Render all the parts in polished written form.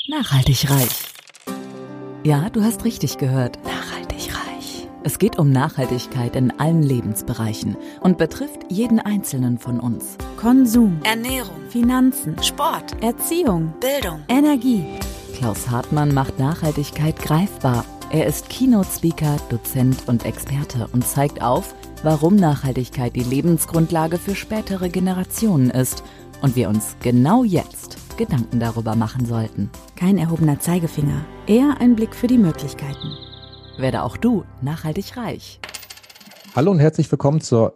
Nachhaltig reich. Ja, du hast richtig gehört. Nachhaltig reich. Es geht um Nachhaltigkeit in allen Lebensbereichen und betrifft jeden Einzelnen von uns. Konsum, Ernährung, Finanzen, Sport, Erziehung, Bildung, Energie. Klaus Hartmann macht Nachhaltigkeit greifbar. Er ist Keynote-Speaker, Dozent und Experte und zeigt auf, warum Nachhaltigkeit die Lebensgrundlage für spätere Generationen ist und wir uns genau jetzt Gedanken darüber machen sollten. Kein erhobener Zeigefinger, eher ein Blick für die Möglichkeiten. Werde auch du nachhaltig reich. Hallo und herzlich willkommen zur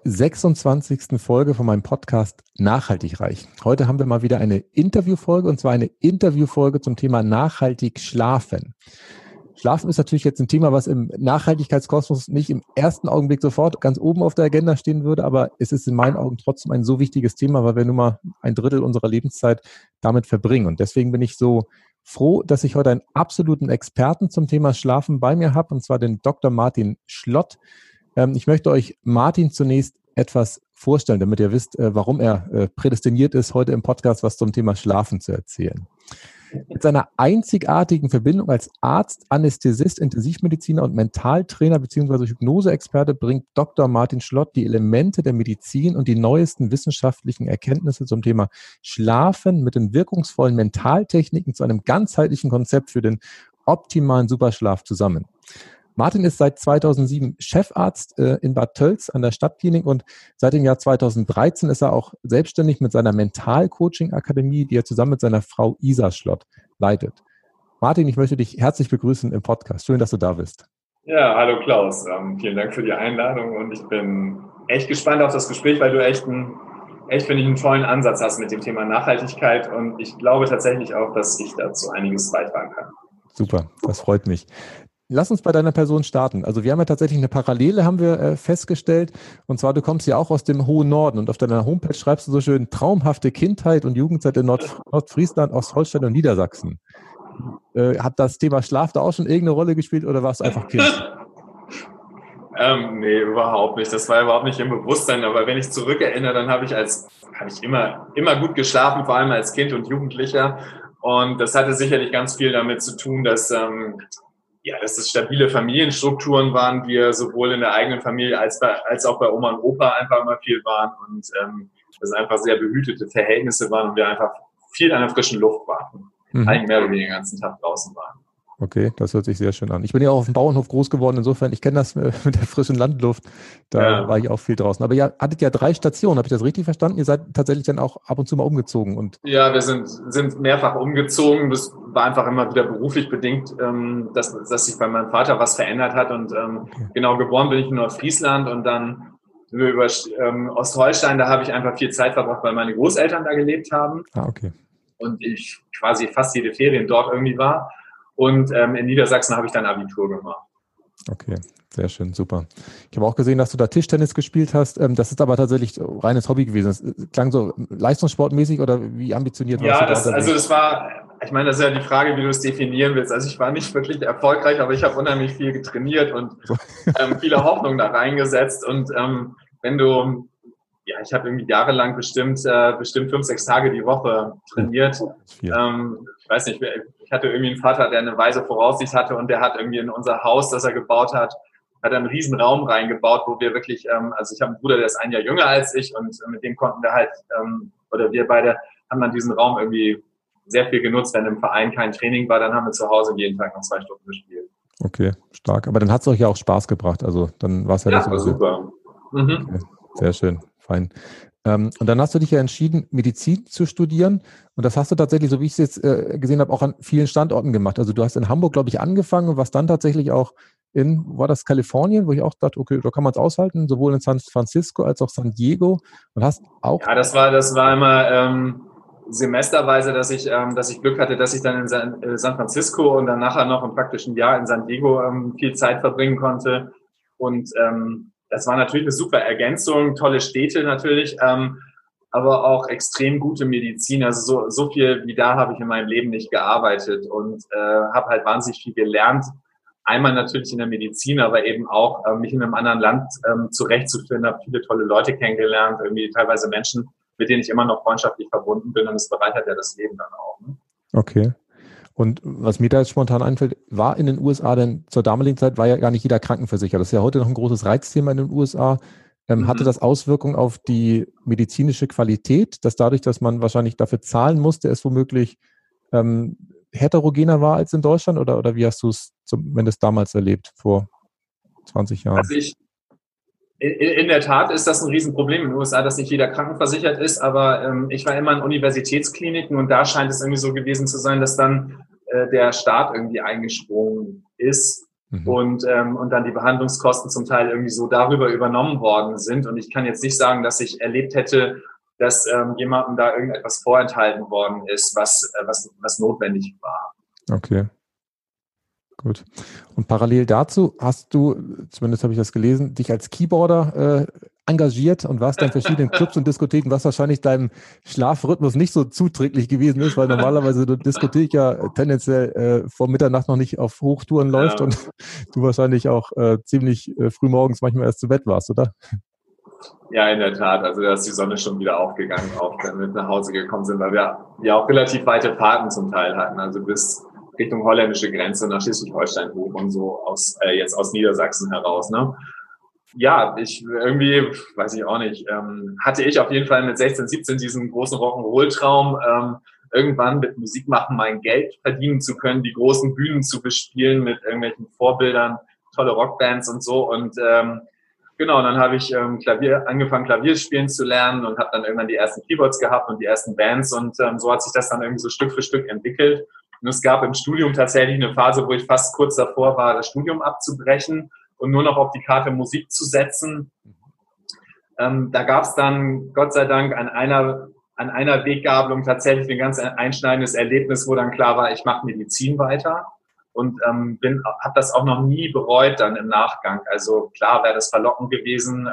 26. Folge von meinem Podcast Nachhaltig reich. Heute haben wir mal wieder eine Interviewfolge, und zwar eine Interviewfolge zum Thema nachhaltig schlafen. Schlafen ist natürlich jetzt ein Thema, was im Nachhaltigkeitskosmos nicht im ersten Augenblick sofort ganz oben auf der Agenda stehen würde, aber es ist in meinen Augen trotzdem ein so wichtiges Thema, weil wir nun mal ein Drittel unserer Lebenszeit damit verbringen. Und deswegen bin ich so froh, dass ich heute einen absoluten Experten zum Thema Schlafen bei mir habe, und zwar den Dr. Martin Schlott. Ich möchte euch Martin zunächst etwas vorstellen, damit ihr wisst, warum er prädestiniert ist, heute im Podcast was zum Thema Schlafen zu erzählen. Mit seiner einzigartigen Verbindung als Arzt, Anästhesist, Intensivmediziner und Mentaltrainer bzw. Hypnoseexperte bringt Dr. Martin Schlott die Elemente der Medizin und die neuesten wissenschaftlichen Erkenntnisse zum Thema Schlafen mit den wirkungsvollen Mentaltechniken zu einem ganzheitlichen Konzept für den optimalen Superschlaf zusammen. Martin ist seit 2007 Chefarzt in Bad Tölz an der Stadtklinik und seit dem Jahr 2013 ist er auch selbstständig mit seiner Mental-Coaching-Akademie, die er zusammen mit seiner Frau Isa Schlott leitet. Martin, ich möchte dich herzlich begrüßen im Podcast. Schön, dass du da bist. Ja, hallo Klaus. Vielen Dank für die Einladung und ich bin echt gespannt auf das Gespräch, weil du echt finde ich, einen tollen Ansatz hast mit dem Thema Nachhaltigkeit und ich glaube tatsächlich auch, dass ich dazu einiges beitragen kann. Super, das freut mich. Lass uns bei deiner Person starten. Also wir haben ja tatsächlich eine Parallele, haben wir festgestellt. Und zwar, du kommst ja auch aus dem hohen Norden und auf deiner Homepage schreibst du so schön traumhafte Kindheit und Jugendzeit in Nordfriesland, Ostholstein und Niedersachsen. Hat das Thema Schlaf da auch schon irgendeine Rolle gespielt oder warst du einfach Kind? Nee, überhaupt nicht. Das war überhaupt nicht im Bewusstsein. Aber wenn ich zurückerinnere, dann habe ich immer gut geschlafen, vor allem als Kind und Jugendlicher. Und das hatte sicherlich ganz viel damit zu tun, dass es stabile Familienstrukturen waren, wir sowohl in der eigenen Familie als auch bei Oma und Opa einfach immer viel waren und dass einfach sehr behütete Verhältnisse waren und wir einfach viel an der frischen Luft waren. Eigentlich mehr oder weniger den ganzen Tag draußen waren. Okay, das hört sich sehr schön an. Ich bin ja auch auf dem Bauernhof groß geworden, insofern, ich kenne das mit der frischen Landluft, da war ich auch viel draußen. Aber ihr hattet ja 3 Stationen, habe ich das richtig verstanden? Ihr seid tatsächlich dann auch ab und zu mal umgezogen? Ja, wir sind mehrfach umgezogen, das war einfach immer wieder beruflich bedingt, dass sich bei meinem Vater was verändert hat und genau, geboren bin ich in Nordfriesland und dann sind wir über Ostholstein, da habe ich einfach viel Zeit verbracht, weil meine Großeltern da gelebt haben. Okay. Und ich quasi fast jede Ferien dort irgendwie war. Und in Niedersachsen habe ich dann Abitur gemacht. Okay, sehr schön, super. Ich habe auch gesehen, dass du da Tischtennis gespielt hast. Das ist aber tatsächlich reines Hobby gewesen. Das klang so leistungssportmäßig oder wie ambitioniert warst du? Das war, ich meine, das ist ja die Frage, wie du es definieren willst. Also ich war nicht wirklich erfolgreich, aber ich habe unheimlich viel getrainiert und viele Hoffnung da reingesetzt. Und ich habe irgendwie jahrelang bestimmt 5-6 Tage die Woche trainiert. Ich weiß nicht, ich hatte irgendwie einen Vater, der eine weise Voraussicht hatte und der hat irgendwie in unser Haus, das er gebaut hat, einen riesen Raum reingebaut, wo wir wirklich, also ich habe einen Bruder, der ist ein Jahr jünger als ich und mit dem konnten wir halt, oder wir beide haben dann diesen Raum irgendwie sehr viel genutzt. Wenn im Verein kein Training war, dann haben wir zu Hause jeden Tag noch 2 Stunden gespielt. Okay, stark. Aber dann hat es euch ja auch Spaß gebracht. Also dann war es ja war super. Okay, sehr schön, fein. Und dann hast du dich ja entschieden, Medizin zu studieren. Und das hast du tatsächlich, so wie ich es jetzt gesehen habe, auch an vielen Standorten gemacht. Also du hast in Hamburg, glaube ich, angefangen und warst dann tatsächlich auch war das Kalifornien, wo ich auch dachte, okay, da kann man es aushalten, sowohl in San Francisco als auch San Diego. Und hast auch... Ja, das war immer semesterweise, dass ich Glück hatte, dass ich dann in San Francisco und dann nachher noch im praktischen Jahr in San Diego viel Zeit verbringen konnte. Und das war natürlich eine super Ergänzung, tolle Städte natürlich, aber auch extrem gute Medizin. Also so viel wie da habe ich in meinem Leben nicht gearbeitet und habe halt wahnsinnig viel gelernt. Einmal natürlich in der Medizin, aber eben auch mich in einem anderen Land zurechtzufinden, habe viele tolle Leute kennengelernt, irgendwie teilweise Menschen, mit denen ich immer noch freundschaftlich verbunden bin und es bereichert ja das Leben dann auch. Ne? Okay. Und was mir da jetzt spontan einfällt, war in den USA denn zur damaligen Zeit, war ja gar nicht jeder krankenversichert. Das ist ja heute noch ein großes Reizthema in den USA. Hatte das Auswirkungen auf die medizinische Qualität, dass dadurch, dass man wahrscheinlich dafür zahlen musste, es womöglich heterogener war als in Deutschland? Oder wie hast du es zumindest damals erlebt, vor 20 Jahren? Also in der Tat ist das ein Riesenproblem in den USA, dass nicht jeder krankenversichert ist, aber ich war immer in Universitätskliniken und da scheint es irgendwie so gewesen zu sein, dass dann der Staat irgendwie eingesprungen ist und dann die Behandlungskosten zum Teil irgendwie so darüber übernommen worden sind. Und ich kann jetzt nicht sagen, dass ich erlebt hätte, dass jemandem da irgendetwas vorenthalten worden ist, was notwendig war. Okay. Gut. Und parallel dazu hast du, zumindest habe ich das gelesen, dich als Keyboarder engagiert und warst dann in verschiedenen Clubs und Diskotheken, was wahrscheinlich deinem Schlafrhythmus nicht so zuträglich gewesen ist, weil normalerweise die Diskothek ja tendenziell vor Mitternacht noch nicht auf Hochtouren läuft und du wahrscheinlich auch ziemlich früh morgens manchmal erst zu Bett warst, oder? Ja, in der Tat. Also da ist die Sonne schon wieder aufgegangen, auch wenn wir nach Hause gekommen sind, weil wir ja auch relativ weite Fahrten zum Teil hatten, also bis Richtung holländische Grenze nach Schleswig-Holstein hoch und so jetzt aus Niedersachsen heraus, ne? Ja, weiß ich auch nicht, hatte ich auf jeden Fall mit 16, 17 diesen großen Rock'n'Roll-Traum, irgendwann mit Musik machen mein Geld verdienen zu können, die großen Bühnen zu bespielen mit irgendwelchen Vorbildern, tolle Rockbands und so. Und genau, dann habe ich angefangen, Klavier spielen zu lernen und habe dann irgendwann die ersten Keyboards gehabt und die ersten Bands und so hat sich das dann irgendwie so Stück für Stück entwickelt. Und es gab im Studium tatsächlich eine Phase, wo ich fast kurz davor war, das Studium abzubrechen und nur noch auf die Karte Musik zu setzen. Da gab es dann, Gott sei Dank, an einer Weggabelung tatsächlich ein ganz einschneidendes Erlebnis, wo dann klar war, ich mache Medizin weiter und habe das auch noch nie bereut dann im Nachgang. Also klar wäre das verlockend gewesen,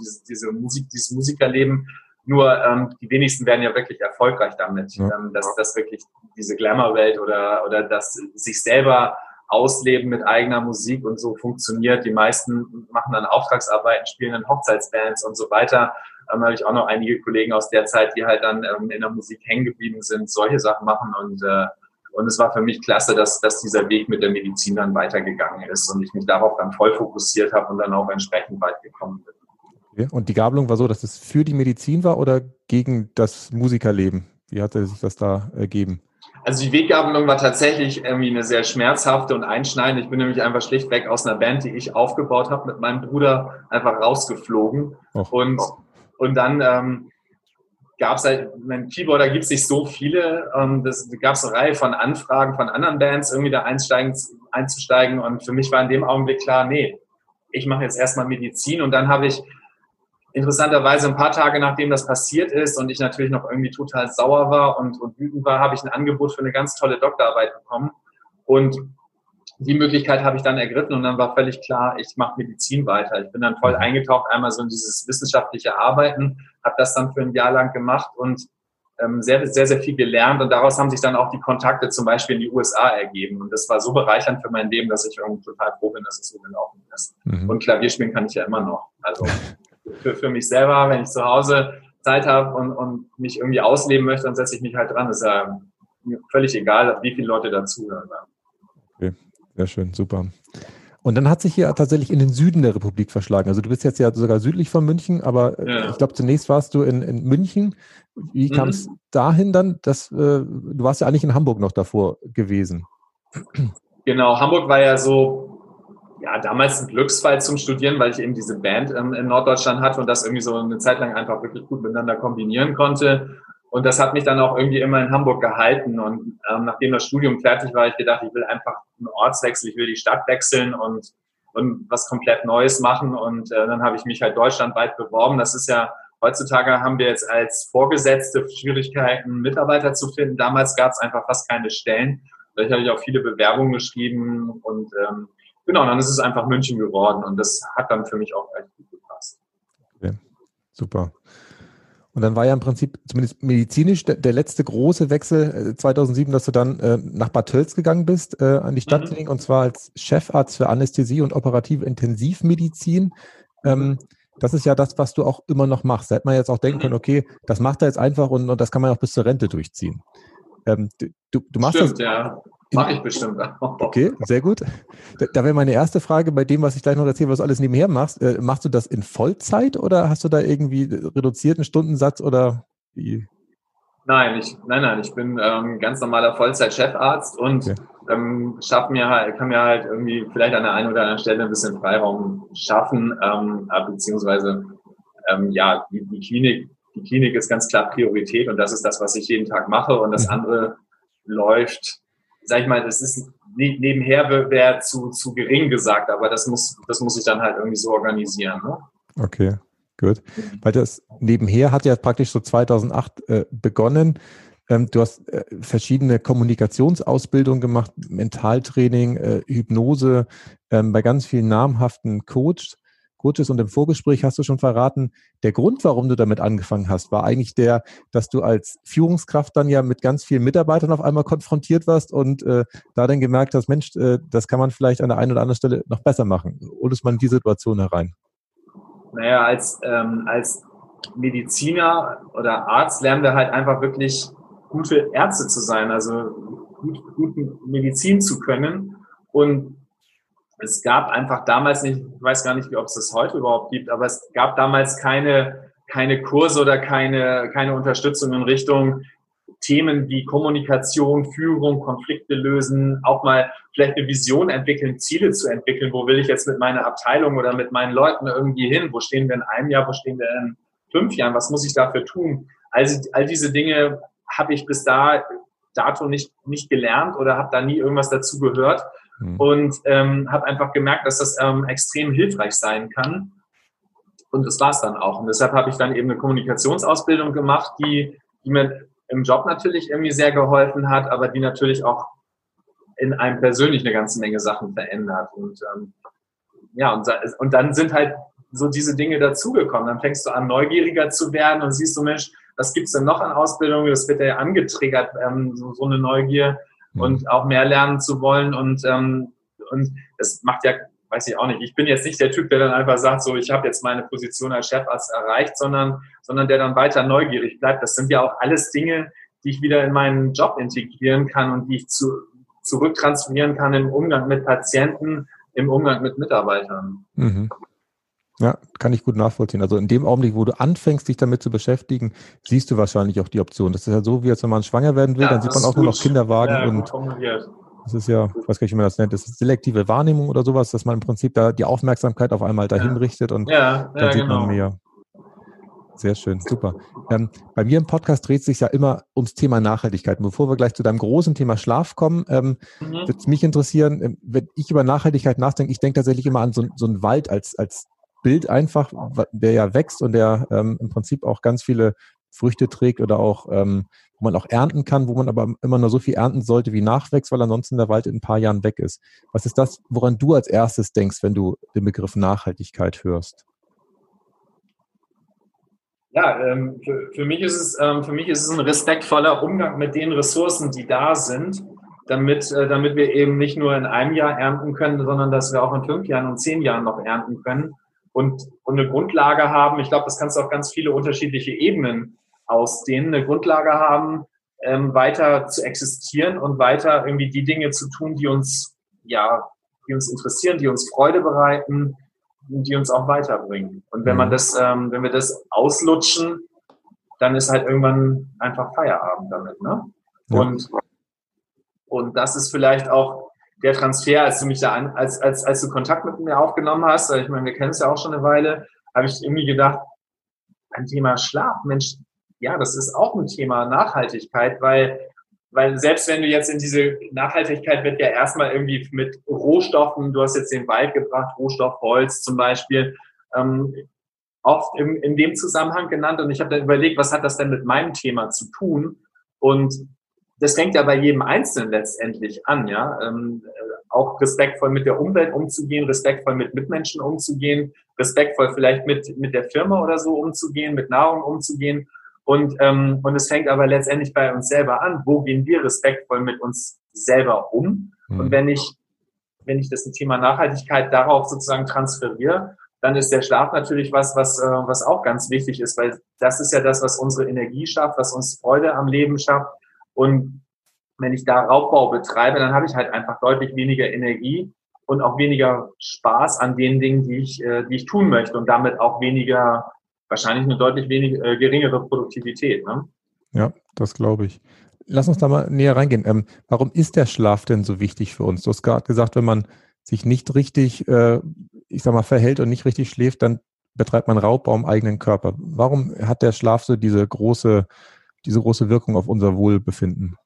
dieses Musikerleben. Nur die wenigsten werden ja wirklich erfolgreich damit, dass wirklich diese Glamour-Welt oder das sich selber ausleben mit eigener Musik und so funktioniert. Die meisten machen dann Auftragsarbeiten, spielen in Hochzeitsbands und so weiter. Habe ich auch noch einige Kollegen aus der Zeit, die halt dann in der Musik hängen geblieben sind, solche Sachen machen und es war für mich klasse, dass dieser Weg mit der Medizin dann weitergegangen ist und ich mich darauf dann voll fokussiert habe und dann auch entsprechend weit gekommen bin. Okay. Und die Gabelung war so, dass es für die Medizin war oder gegen das Musikerleben? Wie hat sich das da ergeben? Also die Weggabelung war tatsächlich irgendwie eine sehr schmerzhafte und einschneidende. Ich bin nämlich einfach schlichtweg aus einer Band, die ich aufgebaut habe, mit meinem Bruder einfach rausgeflogen. Und dann gab es halt, mein Keyboarder gibt es nicht so viele. Da gab es eine Reihe von Anfragen von anderen Bands, irgendwie da einzusteigen. Und für mich war in dem Augenblick klar, nee, ich mache jetzt erstmal Medizin. Und dann habe ich interessanterweise ein paar Tage, nachdem das passiert ist und ich natürlich noch irgendwie total sauer war und wütend war, habe ich ein Angebot für eine ganz tolle Doktorarbeit bekommen. Und die Möglichkeit habe ich dann ergriffen und dann war völlig klar, ich mache Medizin weiter. Ich bin dann voll eingetaucht, einmal so in dieses wissenschaftliche Arbeiten, habe das dann für ein Jahr lang gemacht und sehr, sehr, sehr viel gelernt. Und daraus haben sich dann auch die Kontakte zum Beispiel in die USA ergeben. Und das war so bereichernd für mein Leben, dass ich irgendwie total froh bin, dass es so gelaufen ist. Und Klavier spielen kann ich ja immer noch. Also für mich selber, wenn ich zu Hause Zeit habe und mich irgendwie ausleben möchte, dann setze ich mich halt dran. Das ist ja völlig egal, wie viele Leute dazuhören. Okay, sehr schön, super. Und dann hat sich hier tatsächlich in den Süden der Republik verschlagen. Also du bist jetzt ja sogar südlich von München, aber ich glaube, zunächst warst du in München. Wie kam es dahin dann? Du warst ja eigentlich in Hamburg noch davor gewesen. Genau, Hamburg war ja so, ja, damals ein Glücksfall zum Studieren, weil ich eben diese Band in Norddeutschland hatte und das irgendwie so eine Zeit lang einfach wirklich gut miteinander kombinieren konnte. Und das hat mich dann auch irgendwie immer in Hamburg gehalten. Und nachdem das Studium fertig war, ich gedacht, ich will einfach einen Ortswechsel, ich will die Stadt wechseln und was komplett Neues machen. Und dann habe ich mich halt deutschlandweit beworben. Das ist ja, heutzutage haben wir jetzt als Vorgesetzte Schwierigkeiten, Mitarbeiter zu finden. Damals gab es einfach fast keine Stellen. Vielleicht habe ich auch viele Bewerbungen geschrieben und genau, dann ist es einfach München geworden und das hat dann für mich auch echt gut gepasst. Okay, super. Und dann war ja im Prinzip, zumindest medizinisch, der letzte große Wechsel 2007, dass du dann nach Bad Tölz gegangen bist, an die Stadtklinik, und zwar als Chefarzt für Anästhesie und operative Intensivmedizin. Das ist ja das, was du auch immer noch machst. Da hätte man jetzt auch denken können, okay, das macht er jetzt einfach und das kann man auch bis zur Rente durchziehen. Du machst Stimmt, das. Ja. Mache ich bestimmt auch. Okay, sehr gut. Da wäre meine erste Frage bei dem, was ich gleich noch erzähle, was du alles nebenher machst. Machst du das in Vollzeit oder hast du da irgendwie reduzierten Stundensatz oder wie? Nein, ich bin ganz normaler Vollzeit-Chefarzt und Okay. kann mir halt irgendwie vielleicht an der einen oder anderen Stelle ein bisschen Freiraum schaffen, beziehungsweise die Klinik ist ganz klar Priorität und das ist das, was ich jeden Tag mache und das andere läuft, sag ich mal, das ist nebenher wäre zu gering gesagt, aber das muss ich dann halt irgendwie so organisieren. Ne? Okay, gut. Weil das nebenher hat ja praktisch so 2008 begonnen. Du hast verschiedene Kommunikationsausbildungen gemacht, Mentaltraining, Hypnose, bei ganz vielen namhaften Coaches und im Vorgespräch hast du schon verraten, der Grund, warum du damit angefangen hast, war eigentlich dass du als Führungskraft dann ja mit ganz vielen Mitarbeitern auf einmal konfrontiert warst und da dann gemerkt hast, Mensch, das kann man vielleicht an der einen oder anderen Stelle noch besser machen. Holst man in die Situation herein? Naja, als Mediziner oder Arzt lernen wir halt einfach wirklich gute Ärzte zu sein, also gut Medizin zu können und es gab einfach damals nicht, ich weiß gar nicht, ob es das heute überhaupt gibt, aber es gab damals keine Kurse oder keine Unterstützung in Richtung Themen wie Kommunikation, Führung, Konflikte lösen, auch mal vielleicht eine Vision entwickeln, Ziele zu entwickeln. Wo will ich jetzt mit meiner Abteilung oder mit meinen Leuten irgendwie hin? Wo stehen wir in einem Jahr? Wo stehen wir in 5 Jahren? Was muss ich dafür tun? Also all diese Dinge habe ich bis dato nicht gelernt oder habe da nie irgendwas dazu gehört. Und habe einfach gemerkt, dass das extrem hilfreich sein kann. Und das war es dann auch. Und deshalb habe ich dann eben eine Kommunikationsausbildung gemacht, die mir im Job natürlich irgendwie sehr geholfen hat, aber die natürlich auch in einem persönlich eine ganze Menge Sachen verändert. Und und dann sind halt so diese Dinge dazugekommen. Dann fängst du an, neugieriger zu werden und siehst du, Mensch, was gibt's denn noch an Ausbildungen? Das wird ja angetriggert, so eine Neugier. Und auch mehr lernen zu wollen und das macht ja, weiß ich auch nicht, ich bin jetzt nicht der Typ, der dann einfach sagt, so ich habe jetzt meine Position als Chefarzt erreicht, sondern der dann weiter neugierig bleibt. Das sind ja auch alles Dinge, die ich wieder in meinen Job integrieren kann und die ich zurücktransferieren kann im Umgang mit Patienten, im Umgang mit Mitarbeitern. Mhm. Ja, kann ich gut nachvollziehen. Also in dem Augenblick, wo du anfängst, dich damit zu beschäftigen, siehst du wahrscheinlich auch die Option. Das ist ja so, wie als wenn man schwanger werden will, dann sieht man auch nur noch Kinderwagen und das ist ja, ich weiß gar nicht, wie man das nennt, das ist selektive Wahrnehmung oder sowas, dass man im Prinzip da die Aufmerksamkeit auf einmal dahin richtet und dann sieht man mehr. Sehr schön, super. Bei mir im Podcast dreht es sich ja immer ums Thema Nachhaltigkeit. Und bevor wir gleich zu deinem großen Thema Schlaf kommen, würde es mich interessieren, wenn ich über Nachhaltigkeit nachdenke, ich denke tatsächlich immer an so einen Wald als Bild einfach, der ja wächst und der im Prinzip auch ganz viele Früchte trägt oder auch, wo man auch ernten kann, wo man aber immer nur so viel ernten sollte, wie nachwächst, weil ansonsten der Wald in ein paar Jahren weg ist. Was ist das, woran du als erstes denkst, wenn du den Begriff Nachhaltigkeit hörst? Ja, für mich ist es ein respektvoller Umgang mit den Ressourcen, die da sind, damit wir eben nicht nur in einem Jahr ernten können, sondern dass wir auch in 5 Jahren und 10 Jahren noch ernten können und eine Grundlage haben. Ich glaube, das kannst du auf ganz viele unterschiedliche Ebenen ausdehnen, eine Grundlage haben, weiter zu existieren und weiter irgendwie die Dinge zu tun, die uns interessieren, die uns Freude bereiten, die uns auch weiterbringen. Und wenn wenn wir das auslutschen, dann ist halt irgendwann einfach Feierabend damit, ne? Ja. Und das ist vielleicht auch der Transfer, als du mich als du Kontakt mit mir aufgenommen hast, ich meine, wir kennen es ja auch schon eine Weile, habe ich irgendwie gedacht, ein Thema Schlaf, Mensch, ja, das ist auch ein Thema Nachhaltigkeit, weil selbst wenn du jetzt in diese Nachhaltigkeit wird ja erstmal irgendwie mit Rohstoffen, du hast jetzt den Wald gebracht, Rohstoff Holz zum Beispiel, oft in dem Zusammenhang genannt und ich habe dann überlegt, was hat das denn mit meinem Thema zu tun? Und das fängt ja bei jedem Einzelnen letztendlich an, ja, auch respektvoll mit der Umwelt umzugehen, respektvoll mit Mitmenschen umzugehen, respektvoll vielleicht mit der Firma oder so umzugehen, mit Nahrung umzugehen. Und es fängt aber letztendlich bei uns selber an. Wo gehen wir respektvoll mit uns selber um? Und wenn ich das Thema Nachhaltigkeit darauf sozusagen transferiere, dann ist der Schlaf natürlich was auch ganz wichtig ist, weil das ist ja das, was unsere Energie schafft, was uns Freude am Leben schafft. Und wenn ich da Raubbau betreibe, dann habe ich halt einfach deutlich weniger Energie und auch weniger Spaß an den Dingen, die ich tun möchte und damit auch wahrscheinlich eine deutlich weniger, geringere Produktivität. Ne? Ja, das glaube ich. Lass uns da mal näher reingehen. Warum ist der Schlaf denn so wichtig für uns? Du hast gerade gesagt, wenn man sich nicht richtig, verhält und nicht richtig schläft, dann betreibt man Raubbau im eigenen Körper. Warum hat der Schlaf so diese große Wirkung auf unser Wohlbefinden?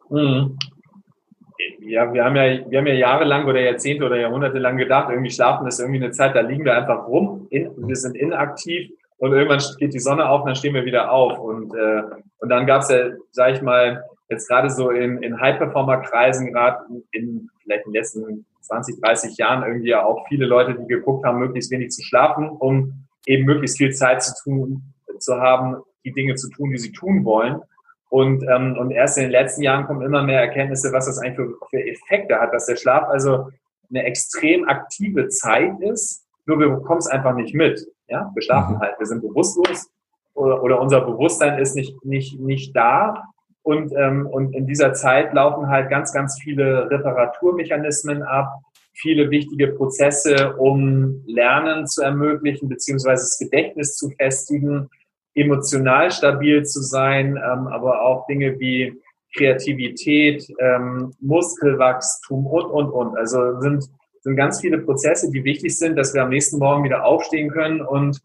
Ja, wir haben ja jahrelang oder Jahrzehnte oder Jahrhunderte lang gedacht, irgendwie Schlafen ist irgendwie eine Zeit, da liegen wir einfach rum, wir sind inaktiv und irgendwann geht die Sonne auf und dann stehen wir wieder auf. Und dann gab es ja, sag ich mal, jetzt gerade so in High-Performer-Kreisen, gerade in vielleicht den letzten 20, 30 Jahren irgendwie ja auch viele Leute, die geguckt haben, möglichst wenig zu schlafen, um eben möglichst viel Zeit zu haben, die Dinge zu tun, die sie tun wollen. Und erst in den letzten Jahren kommen immer mehr Erkenntnisse, was das eigentlich für Effekte hat, dass der Schlaf also eine extrem aktive Zeit ist, nur wir bekommen es einfach nicht mit. Ja, wir schlafen halt, wir sind bewusstlos oder unser Bewusstsein ist nicht da. Und in dieser Zeit laufen halt ganz, ganz viele Reparaturmechanismen ab, viele wichtige Prozesse, um Lernen zu ermöglichen, beziehungsweise das Gedächtnis zu festigen, emotional stabil zu sein, aber auch Dinge wie Kreativität, Muskelwachstum und. Also sind ganz viele Prozesse, die wichtig sind, dass wir am nächsten Morgen wieder aufstehen können und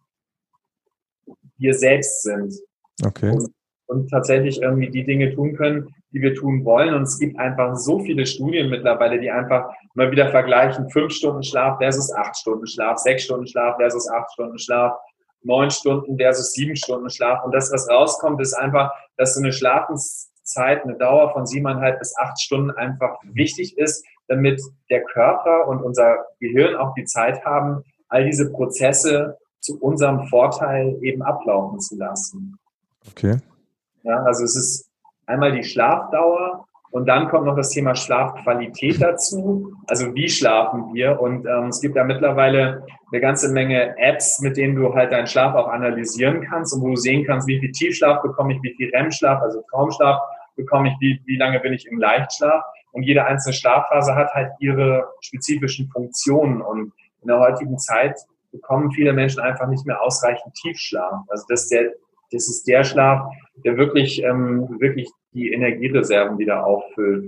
wir selbst sind. Okay. Und tatsächlich irgendwie die Dinge tun können, die wir tun wollen. Und es gibt einfach so viele Studien mittlerweile, die einfach mal wieder vergleichen, 5 Stunden Schlaf versus 8 Stunden Schlaf, 6 Stunden Schlaf versus 8 Stunden Schlaf, 9 Stunden versus 7 Stunden Schlaf. Und das, was rauskommt, ist einfach, dass so eine Schlafenszeit, eine Dauer von 7,5 bis 8 Stunden einfach wichtig ist, damit der Körper und unser Gehirn auch die Zeit haben, all diese Prozesse zu unserem Vorteil eben ablaufen zu lassen. Okay. Ja, also es ist einmal die Schlafdauer und dann kommt noch das Thema Schlafqualität dazu. Also wie schlafen wir? Und es gibt ja mittlerweile eine ganze Menge Apps, mit denen du halt deinen Schlaf auch analysieren kannst und wo du sehen kannst, wie viel Tiefschlaf bekomme ich, wie viel REM-Schlaf, also Traumschlaf bekomme ich, wie lange bin ich im Leichtschlaf. Und jede einzelne Schlafphase hat halt ihre spezifischen Funktionen. Und in der heutigen Zeit bekommen viele Menschen einfach nicht mehr ausreichend Tiefschlaf. Also das ist der Schlaf, der wirklich die Energiereserven wieder auffüllt.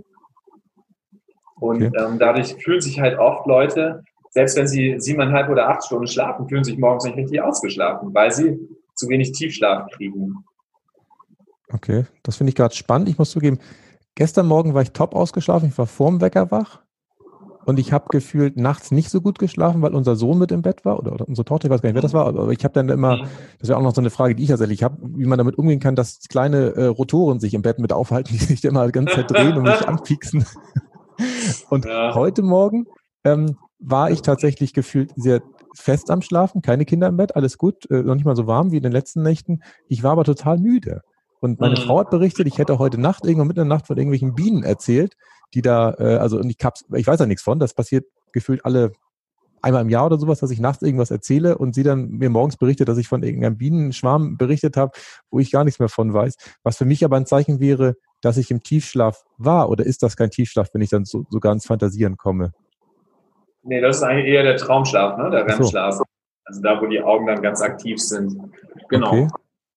Und dadurch fühlen sich halt oft Leute, selbst wenn sie 7,5 oder 8 Stunden schlafen, fühlen sich morgens nicht richtig ausgeschlafen, weil sie zu wenig Tiefschlaf kriegen. Okay, das finde ich gerade spannend. Ich muss zugeben, gestern Morgen war ich top ausgeschlafen. Ich war vorm Wecker wach. Und ich habe gefühlt nachts nicht so gut geschlafen, weil unser Sohn mit im Bett war oder unsere Tochter, ich weiß gar nicht, wer das war, aber ich habe dann immer, das wäre auch noch so eine Frage, die ich tatsächlich habe, wie man damit umgehen kann, dass kleine Rotoren sich im Bett mit aufhalten, die sich immer die ganze Zeit drehen und mich anpieksen. Und heute Morgen war ich tatsächlich gefühlt sehr fest am Schlafen, keine Kinder im Bett, alles gut, noch nicht mal so warm wie in den letzten Nächten. Ich war aber total müde. Und meine Frau hat berichtet, ich hätte heute Nacht irgendwann mitten in der Nacht von irgendwelchen Bienen erzählt, die da, und ich weiß ja nichts von, das passiert gefühlt einmal im Jahr oder sowas, dass ich nachts irgendwas erzähle und sie dann mir morgens berichtet, dass ich von irgendeinem Bienenschwarm berichtet habe, wo ich gar nichts mehr von weiß. Was für mich aber ein Zeichen wäre, dass ich im Tiefschlaf war, oder ist das kein Tiefschlaf, wenn ich dann sogar ins Fantasieren komme? Nee, das ist eigentlich eher der Traumschlaf, ne? Der REM-Schlaf. Also da, wo die Augen dann ganz aktiv sind. Genau. Okay.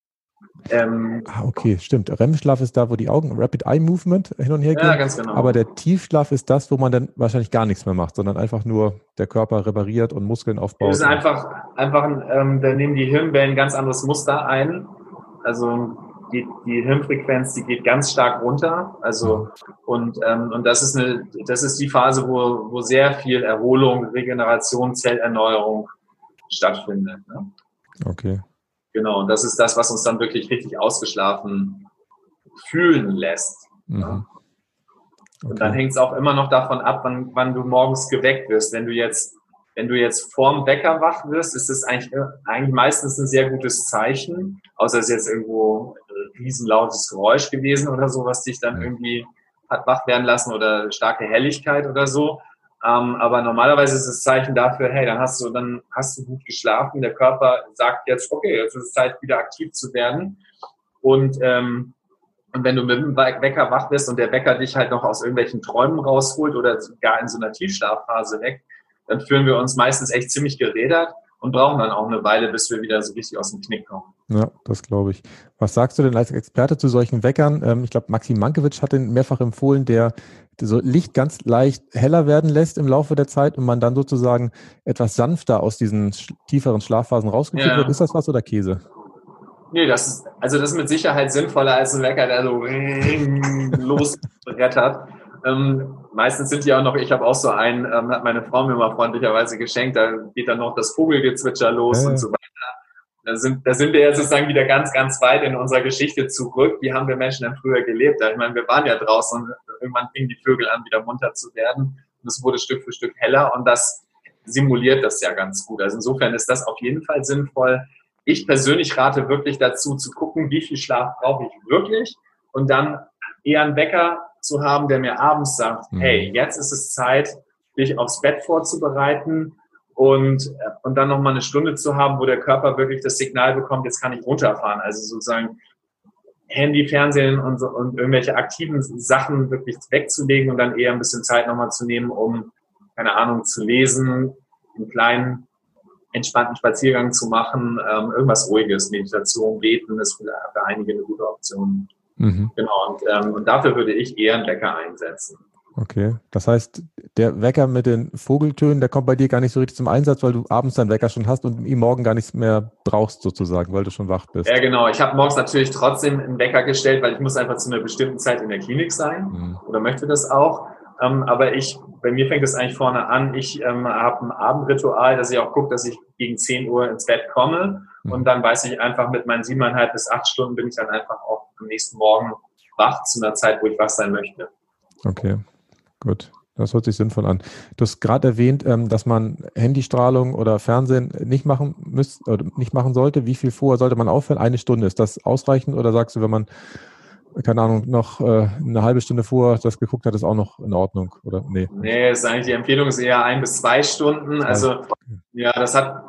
Okay, stimmt. REM-Schlaf ist da, wo die Augen, Rapid Eye Movement hin und her gehen. Ja, ganz genau. Aber der Tiefschlaf ist das, wo man dann wahrscheinlich gar nichts mehr macht, sondern einfach nur der Körper repariert und Muskeln aufbaut. Das ist da nehmen die Hirnwellen ein ganz anderes Muster ein. Also die Hirnfrequenz, die geht ganz stark runter. Also und das ist die Phase, wo sehr viel Erholung, Regeneration, Zellerneuerung stattfindet. Ne? Okay. Genau, und das ist das, was uns dann wirklich richtig ausgeschlafen fühlen lässt. Mhm. Ja? Okay. Und dann hängt es auch immer noch davon ab, wann du morgens geweckt wirst. Wenn du jetzt vorm Wecker wach wirst, ist das eigentlich meistens ein sehr gutes Zeichen, außer es ist jetzt irgendwo ein riesenlautes Geräusch gewesen oder so, was dich dann irgendwie hat wach werden lassen oder starke Helligkeit oder so. Aber normalerweise ist das Zeichen dafür, hey, dann hast du gut geschlafen, der Körper sagt jetzt, okay, jetzt ist es Zeit, wieder aktiv zu werden. Und Und wenn du mit dem Wecker wach bist und der Wecker dich halt noch aus irgendwelchen Träumen rausholt oder gar in so einer Tiefschlafphase weckt, dann fühlen wir uns meistens echt ziemlich gerädert und brauchen dann auch eine Weile, bis wir wieder so richtig aus dem Knick kommen. Ja, das glaube ich. Was sagst du denn als Experte zu solchen Weckern? Ich glaube, Maxim Mankiewicz hat den mehrfach empfohlen, der so Licht ganz leicht heller werden lässt im Laufe der Zeit und man dann sozusagen etwas sanfter aus diesen tieferen Schlafphasen rausgeführt wird. Ist das was oder Käse? Nee, das ist mit Sicherheit sinnvoller als ein Wecker, der so losbrettert. Meistens sind die auch noch, ich habe auch so einen, hat meine Frau mir mal freundlicherweise geschenkt, da geht dann noch das Vogelgezwitscher los und so weiter. Da sind wir jetzt sozusagen wieder ganz, ganz weit in unserer Geschichte zurück. Wie haben wir Menschen dann früher gelebt? Ich meine, wir waren ja draußen und irgendwann fingen die Vögel an, wieder munter zu werden. Und es wurde Stück für Stück heller und das simuliert das ja ganz gut. Also insofern ist das auf jeden Fall sinnvoll. Ich persönlich rate wirklich dazu, zu gucken, wie viel Schlaf brauche ich wirklich und dann eher einen Wecker zu haben, der mir abends sagt, hey, jetzt ist es Zeit, dich aufs Bett vorzubereiten und dann nochmal eine Stunde zu haben, wo der Körper wirklich das Signal bekommt, jetzt kann ich runterfahren. Also sozusagen Handy, Fernsehen und irgendwelche aktiven Sachen wirklich wegzulegen und dann eher ein bisschen Zeit nochmal zu nehmen, um, keine Ahnung, zu lesen, einen kleinen entspannten Spaziergang zu machen, irgendwas Ruhiges, Meditation, Beten ist für einige eine gute Option. Genau, und dafür würde ich eher einen Wecker einsetzen. Okay, das heißt, der Wecker mit den Vogeltönen, der kommt bei dir gar nicht so richtig zum Einsatz, weil du abends deinen Wecker schon hast und ihn morgen gar nichts mehr brauchst sozusagen, weil du schon wach bist. Ja, genau. Ich habe morgens natürlich trotzdem einen Wecker gestellt, weil ich muss einfach zu einer bestimmten Zeit in der Klinik sein oder möchte das auch. Aber bei mir fängt es eigentlich vorne an. Ich habe ein Abendritual, dass ich auch gucke, dass ich gegen 10 Uhr ins Bett komme. Und dann weiß ich einfach, mit meinen 7,5 bis 8 Stunden bin ich dann einfach auch am nächsten Morgen wach zu einer Zeit, wo ich wach sein möchte. Okay, gut. Das hört sich sinnvoll an. Du hast gerade erwähnt, dass man Handystrahlung oder Fernsehen nicht machen sollte. Wie viel vorher sollte man aufhören? 1 Stunde. Ist das ausreichend oder sagst du, wenn man keine Ahnung, noch eine halbe Stunde vorher das geguckt hat, ist auch noch in Ordnung, oder? Nee, ist eigentlich die Empfehlung ist eher 1 bis 2 Stunden. Also, ja, das hat,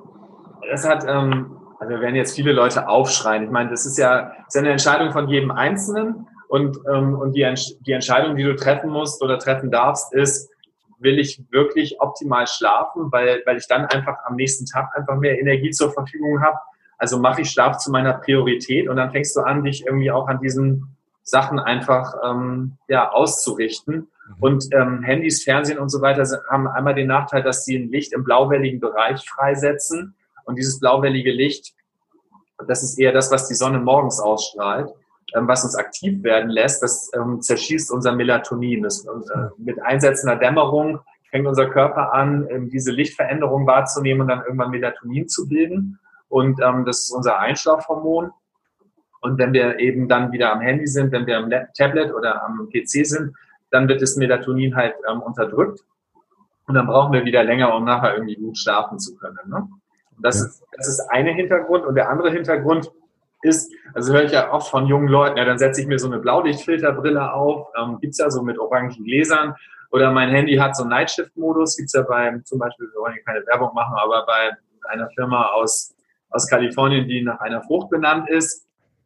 also werden jetzt viele Leute aufschreien. Ich meine, das ist ja eine Entscheidung von jedem Einzelnen und die Entscheidung, die du treffen musst oder treffen darfst, ist, will ich wirklich optimal schlafen, weil ich dann einfach am nächsten Tag einfach mehr Energie zur Verfügung habe. Also mache ich Schlaf zu meiner Priorität und dann fängst du an, dich irgendwie auch an diesen Sachen einfach auszurichten. Und Handys, Fernsehen und so weiter haben einmal den Nachteil, dass sie ein Licht im blauwelligen Bereich freisetzen. Und dieses blauwellige Licht, das ist eher das, was die Sonne morgens ausstrahlt, was uns aktiv werden lässt. Das zerschießt unser Melatonin. Mit einsetzender Dämmerung fängt unser Körper an, diese Lichtveränderung wahrzunehmen und dann irgendwann Melatonin zu bilden. Und das ist unser Einschlafhormon. Und wenn wir eben dann wieder am Handy sind, wenn wir am Tablet oder am PC sind, dann wird das Melatonin halt unterdrückt. Und dann brauchen wir wieder länger, um nachher irgendwie gut schlafen zu können. Ne? Das ist eine Hintergrund. Und der andere Hintergrund ist, also höre ich ja oft von jungen Leuten, ja, dann setze ich mir so eine Blaulichtfilterbrille auf, gibt's ja so mit orangen Gläsern. Oder mein Handy hat so einen Nightshift-Modus, gibt's ja zum Beispiel, wir wollen hier keine Werbung machen, aber bei einer Firma aus Kalifornien, die nach einer Frucht benannt ist.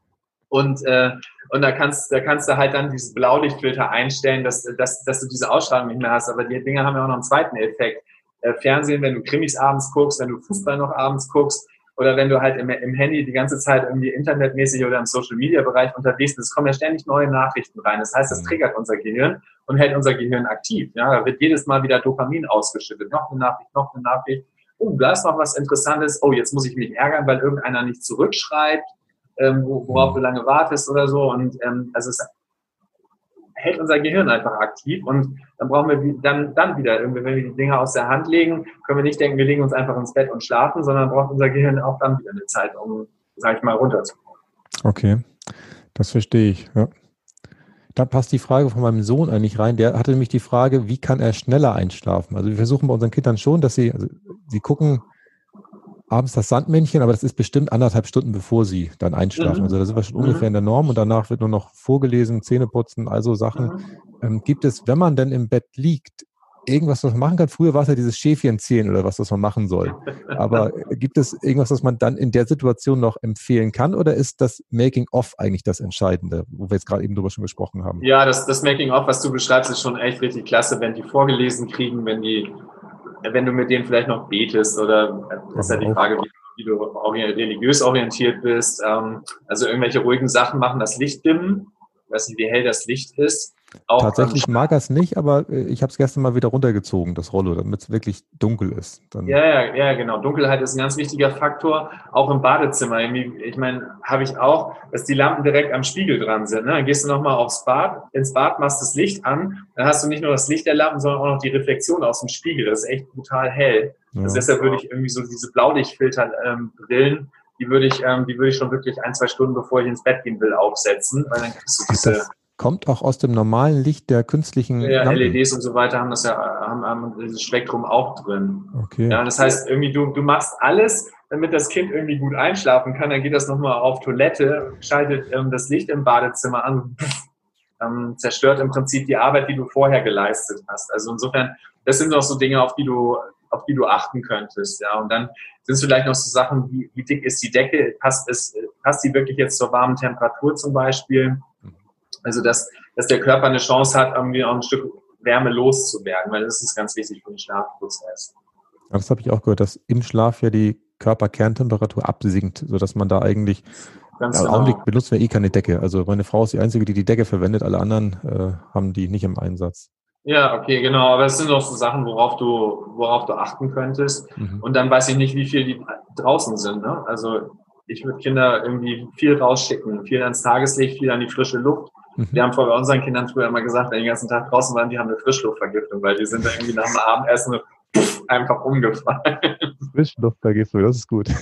Und da kannst du halt dann dieses Blaulichtfilter einstellen, dass du diese Ausstrahlung nicht mehr hast. Aber die Dinge haben ja auch noch einen zweiten Effekt. Fernsehen, wenn du Krimis abends guckst, wenn du Fußball noch abends guckst oder wenn du halt im Handy die ganze Zeit irgendwie internetmäßig oder im Social-Media-Bereich unterwegs bist, es kommen ja ständig neue Nachrichten rein. Das heißt, das triggert unser Gehirn und hält unser Gehirn aktiv. Ja, da wird jedes Mal wieder Dopamin ausgeschüttet. Noch eine Nachricht. Oh, da ist noch was Interessantes. Oh, jetzt muss ich mich ärgern, weil irgendeiner nicht zurückschreibt. Worauf du lange wartest oder so. Und also es hält unser Gehirn einfach aktiv und dann brauchen wir dann wieder irgendwie, wenn wir die Dinge aus der Hand legen, können wir nicht denken, wir legen uns einfach ins Bett und schlafen, sondern braucht unser Gehirn auch dann wieder eine Zeit, um, sag ich mal, runterzukommen. Okay, das verstehe ich. Ja. Da passt die Frage von meinem Sohn eigentlich rein. Der hatte nämlich die Frage, wie kann er schneller einschlafen? Also wir versuchen bei unseren Kindern schon, dass sie gucken abends das Sandmännchen, aber das ist bestimmt 1,5 Stunden, bevor sie dann einschlafen. Also da sind wir schon ungefähr in der Norm und danach wird nur noch vorgelesen, Zähne putzen, also Sachen. Gibt es, wenn man denn im Bett liegt, irgendwas, was man machen kann? Früher war es ja dieses Schäfchen zählen oder was man machen soll. Aber gibt es irgendwas, was man dann in der Situation noch empfehlen kann? Oder ist das Making-of eigentlich das Entscheidende, wo wir jetzt gerade eben drüber schon gesprochen haben? Ja, das Making-of, was du beschreibst, ist schon echt richtig klasse, wenn die vorgelesen kriegen, wenn du mit denen vielleicht noch betest oder ist ja die Frage, wie du religiös orientiert bist. Also irgendwelche ruhigen Sachen machen, das Licht dimmen. Ich weiß nicht, wie hell das Licht ist. Auch, tatsächlich mag er es nicht, aber ich habe es gestern mal wieder runtergezogen, das Rollo, damit es wirklich dunkel ist. Dann ja, genau. Dunkelheit ist ein ganz wichtiger Faktor, auch im Badezimmer. Ich meine, habe ich auch, dass die Lampen direkt am Spiegel dran sind. Ne? Dann gehst du nochmal ins Bad, machst das Licht an, dann hast du nicht nur das Licht der Lampen, sondern auch noch die Reflexion aus dem Spiegel. Das ist echt brutal hell. Ja. Also deshalb würde ich irgendwie so diese Blaulichtfilter-Brillen, die würde ich schon wirklich 1-2 Stunden, bevor ich ins Bett gehen will, aufsetzen, weil dann kriegst du diese... Kommt auch aus dem normalen Licht der künstlichen Lampen. LEDs und so weiter haben dieses Spektrum auch drin. Okay. Ja, das heißt, irgendwie du machst alles, damit das Kind irgendwie gut einschlafen kann. Dann geht das nochmal auf Toilette, schaltet das Licht im Badezimmer an, zerstört im Prinzip die Arbeit, die du vorher geleistet hast. Also insofern, das sind auch so Dinge, auf die du achten könntest. Ja, und dann sind es vielleicht noch so Sachen, wie dick ist die Decke? Passt die wirklich jetzt zur warmen Temperatur zum Beispiel? Also, dass der Körper eine Chance hat, irgendwie auch ein Stück Wärme loszuwerden, weil das ist ganz wichtig für den Schlafprozess. Das habe ich auch gehört, dass im Schlaf ja die Körperkerntemperatur absinkt, sodass man da eigentlich, im Augenblick benutzen wir keine Decke. Also meine Frau ist die Einzige, die Decke verwendet, alle anderen haben die nicht im Einsatz. Ja, okay, genau. Aber es sind auch so Sachen, worauf du achten könntest. Mhm. Und dann weiß ich nicht, wie viel die draußen sind. Ne? Also ich würde Kinder irgendwie viel rausschicken, viel ans Tageslicht, viel an die frische Luft. Wir haben vorher bei unseren Kindern früher immer gesagt, wenn die den ganzen Tag draußen waren, die haben eine Frischluftvergiftung, weil die sind da irgendwie nach dem Abendessen einfach umgefallen. Frischluftvergiftung, das ist gut.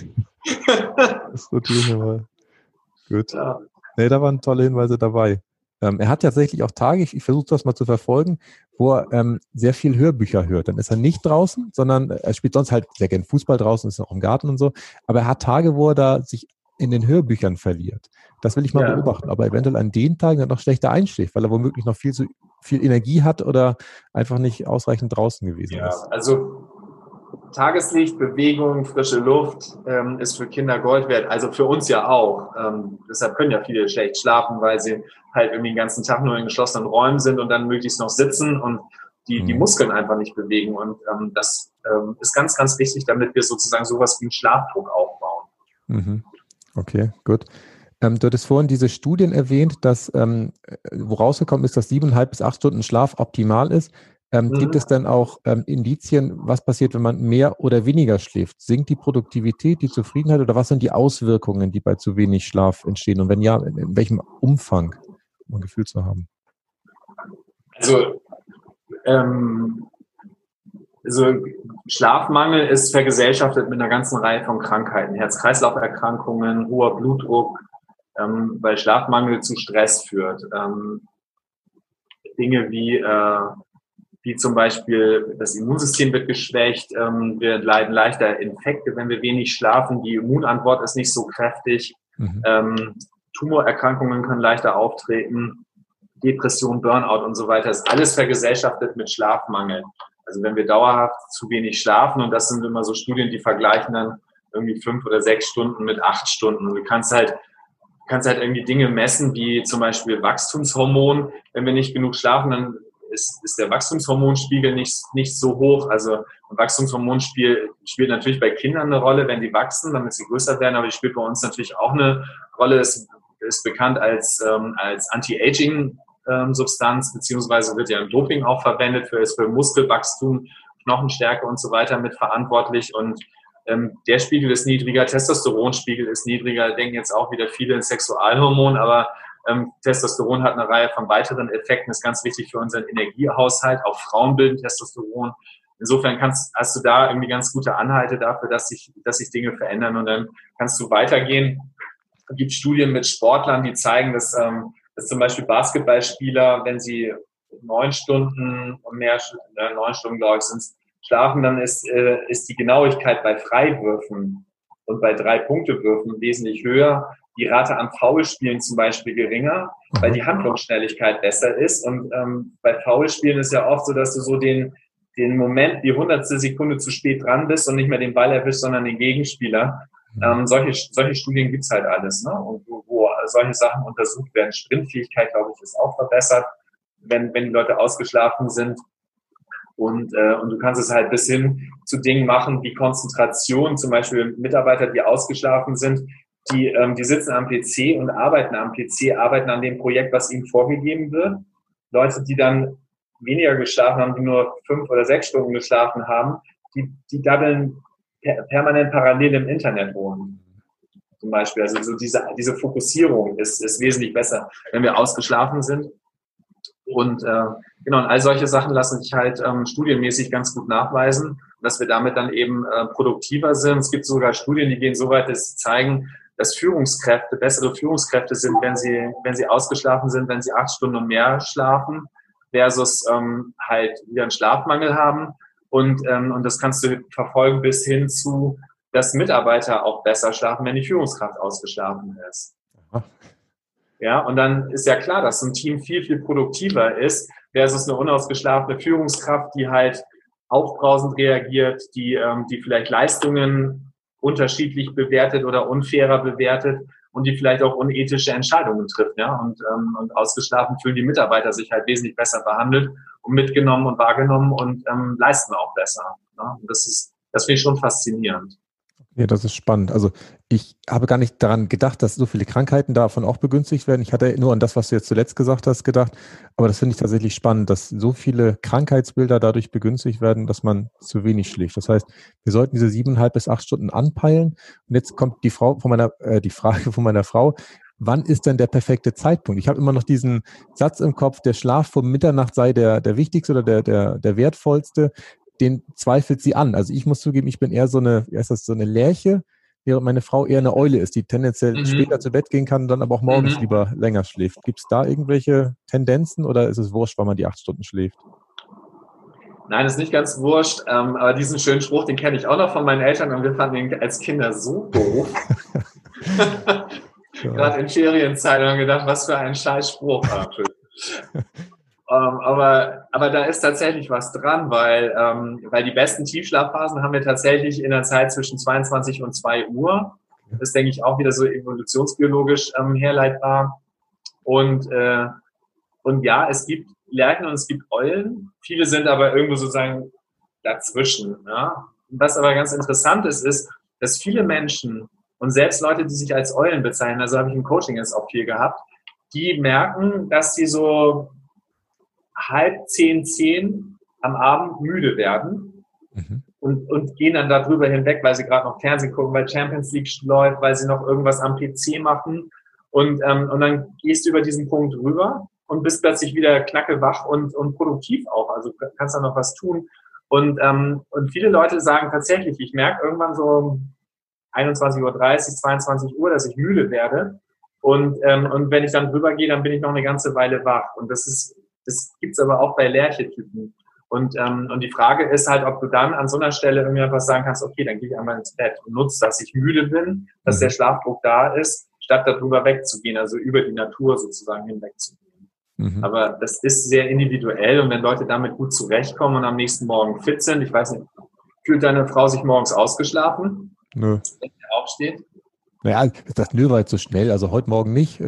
Das notiere ich mal. Gut. Ja. Nee, da waren tolle Hinweise dabei. Er hat tatsächlich auch Tage, ich versuche das mal zu verfolgen, wo er sehr viel Hörbücher hört. Dann ist er nicht draußen, sondern er spielt sonst halt sehr gern Fußball draußen, ist auch im Garten und so. Aber er hat Tage, wo er da sich in den Hörbüchern verliert. Das will ich mal beobachten, aber eventuell an den Tagen dann noch schlechter einschläft, weil er womöglich noch viel Energie hat oder einfach nicht ausreichend draußen gewesen ist. Also Tageslicht, Bewegung, frische Luft ist für Kinder Gold wert, also für uns ja auch. Deshalb können ja viele schlecht schlafen, weil sie halt irgendwie den ganzen Tag nur in geschlossenen Räumen sind und dann möglichst noch sitzen und die Muskeln einfach nicht bewegen. Und das ist ganz, ganz wichtig, damit wir sozusagen sowas wie einen Schlafdruck aufbauen. Mhm. Okay, gut. Du hattest vorhin diese Studien erwähnt, dass wo rausgekommen ist, dass 7,5 bis 8 Stunden Schlaf optimal ist. Gibt es denn auch Indizien, was passiert, wenn man mehr oder weniger schläft? Sinkt die Produktivität, die Zufriedenheit oder was sind die Auswirkungen, die bei zu wenig Schlaf entstehen? Und wenn ja, in welchem Umfang, um ein Gefühl zu haben? Also Schlafmangel ist vergesellschaftet mit einer ganzen Reihe von Krankheiten, Herz-Kreislauf-Erkrankungen, hoher Blutdruck, weil Schlafmangel zu Stress führt. Dinge wie zum Beispiel das Immunsystem wird geschwächt, wir leiden leichter Infekte, wenn wir wenig schlafen, die Immunantwort ist nicht so kräftig, Tumorerkrankungen können leichter auftreten, Depression, Burnout und so weiter, ist alles vergesellschaftet mit Schlafmangel. Also wenn wir dauerhaft zu wenig schlafen, und das sind immer so Studien, die vergleichen dann irgendwie 5 oder 6 Stunden mit 8 Stunden. Und du kannst halt irgendwie Dinge messen, wie zum Beispiel Wachstumshormon. Wenn wir nicht genug schlafen, dann ist der Wachstumshormonspiegel nicht so hoch. Also ein Wachstumshormonspiel spielt natürlich bei Kindern eine Rolle, wenn die wachsen, damit sie größer werden, aber die spielt bei uns natürlich auch eine Rolle. Es ist bekannt als Anti-Aging Substanz, beziehungsweise wird ja im Doping auch verwendet, ist für Muskelwachstum, Knochenstärke und so weiter mit verantwortlich. Und der Spiegel ist niedriger, Testosteronspiegel ist niedriger, denken jetzt auch wieder viele in Sexualhormon, aber Testosteron hat eine Reihe von weiteren Effekten, ist ganz wichtig für unseren Energiehaushalt, auch Frauen bilden Testosteron. Insofern hast du da irgendwie ganz gute Anhalte dafür, dass sich Dinge verändern, und dann kannst du weitergehen. Es gibt Studien mit Sportlern, die zeigen, dass zum Beispiel Basketballspieler, wenn sie 9 Stunden und mehr, 9 Stunden, glaube ich, schlafen, dann ist die Genauigkeit bei Freiwürfen und bei 3-Punkte-Würfen wesentlich höher. Die Rate an Foulspielen zum Beispiel geringer, weil die Handlungsschnelligkeit besser ist. Und bei Foulspielen ist ja oft so, dass du so den den Moment, die 100. Sekunde zu spät dran bist und nicht mehr den Ball erwischst, sondern den Gegenspieler. Solche Studien gibt's halt alles, ne? Und wo solche Sachen untersucht werden. Sprintfähigkeit, glaube ich, ist auch verbessert, wenn die Leute ausgeschlafen sind. Und du kannst es halt bis hin zu Dingen machen wie Konzentration, zum Beispiel Mitarbeiter, die ausgeschlafen sind, die sitzen am PC und arbeiten am PC, arbeiten an dem Projekt, was ihnen vorgegeben wird. Leute, die dann weniger geschlafen haben, die nur 5 oder 6 Stunden geschlafen haben, die daddeln permanent parallel im Internet rum. Zum Beispiel. Also so diese Fokussierung ist wesentlich besser, wenn wir ausgeschlafen sind. Und und all solche Sachen lassen sich halt studienmäßig ganz gut nachweisen, dass wir damit dann eben produktiver sind. Es gibt sogar Studien, die gehen so weit, dass sie zeigen, dass Führungskräfte bessere Führungskräfte sind, wenn sie ausgeschlafen sind, wenn sie 8 Stunden und mehr schlafen, versus halt wieder einen Schlafmangel haben. Und das kannst du verfolgen bis hin zu, dass Mitarbeiter auch besser schlafen, wenn die Führungskraft ausgeschlafen ist. Aha. Ja, und dann ist ja klar, dass ein Team viel, viel produktiver ist, versus eine unausgeschlafene Führungskraft, die halt aufbrausend reagiert, die vielleicht Leistungen unterschiedlich bewertet oder unfairer bewertet und die vielleicht auch unethische Entscheidungen trifft. Ja? Und ausgeschlafen fühlen die Mitarbeiter sich halt wesentlich besser behandelt und mitgenommen und wahrgenommen und leisten auch besser. Ja? Und das finde ich schon faszinierend. Ja, das ist spannend. Also ich habe gar nicht daran gedacht, dass so viele Krankheiten davon auch begünstigt werden. Ich hatte nur an das, was du jetzt zuletzt gesagt hast, gedacht. Aber das finde ich tatsächlich spannend, dass so viele Krankheitsbilder dadurch begünstigt werden, dass man zu wenig schläft. Das heißt, wir sollten diese 7,5 bis 8 Stunden anpeilen. Und jetzt kommt die Frage von meiner Frau. Wann ist denn der perfekte Zeitpunkt? Ich habe immer noch diesen Satz im Kopf, der Schlaf vor Mitternacht sei der wichtigste oder der wertvollste. Den zweifelt sie an. Also ich muss zugeben, ich bin eher so eine Lerche, während meine Frau eher eine Eule ist, die tendenziell später zu Bett gehen kann, dann aber auch morgens lieber länger schläft. Gibt es da irgendwelche Tendenzen oder ist es wurscht, weil man die 8 Stunden schläft? Nein, ist nicht ganz wurscht, aber diesen schönen Spruch, den kenne ich auch noch von meinen Eltern und wir fanden ihn als Kinder so doof. Gerade in Ferienzeiten haben wir gedacht, was für ein Scheißspruch. Aber da ist tatsächlich was dran, weil die besten Tiefschlafphasen haben wir tatsächlich in der Zeit zwischen 22 und 2 Uhr. Das ist, denke ich, auch wieder so evolutionsbiologisch herleitbar. Und ja, es gibt Lerchen und es gibt Eulen. Viele sind aber irgendwo sozusagen dazwischen. Ja? Was aber ganz interessant ist, dass viele Menschen und selbst Leute, die sich als Eulen bezeichnen, also habe ich im Coaching jetzt auch viel gehabt, die merken, dass sie so 9:30, am Abend müde werden und gehen dann darüber hinweg, weil sie gerade noch Fernsehen gucken, weil Champions League läuft, weil sie noch irgendwas am PC machen und dann gehst du über diesen Punkt rüber und bist plötzlich wieder knackewach und produktiv auch, also kannst dann noch was tun und viele Leute sagen tatsächlich, ich merke irgendwann so 21:30 Uhr, 22 Uhr, dass ich müde werde und wenn ich dann rübergehe, dann bin ich noch eine ganze Weile wach und das gibt's aber auch bei Lerchetypen. Und die Frage ist halt, ob du dann an so einer Stelle irgendwie etwas sagen kannst, okay, dann gehe ich einmal ins Bett und nutze, dass ich müde bin, dass der Schlafdruck da ist, statt darüber wegzugehen, also über die Natur sozusagen hinwegzugehen. Aber das ist sehr individuell und wenn Leute damit gut zurechtkommen und am nächsten Morgen fit sind, ich weiß nicht, fühlt deine Frau sich morgens ausgeschlafen? Nö. Wenn sie aufsteht? Naja, das Nö war jetzt so schnell, also heute Morgen nicht.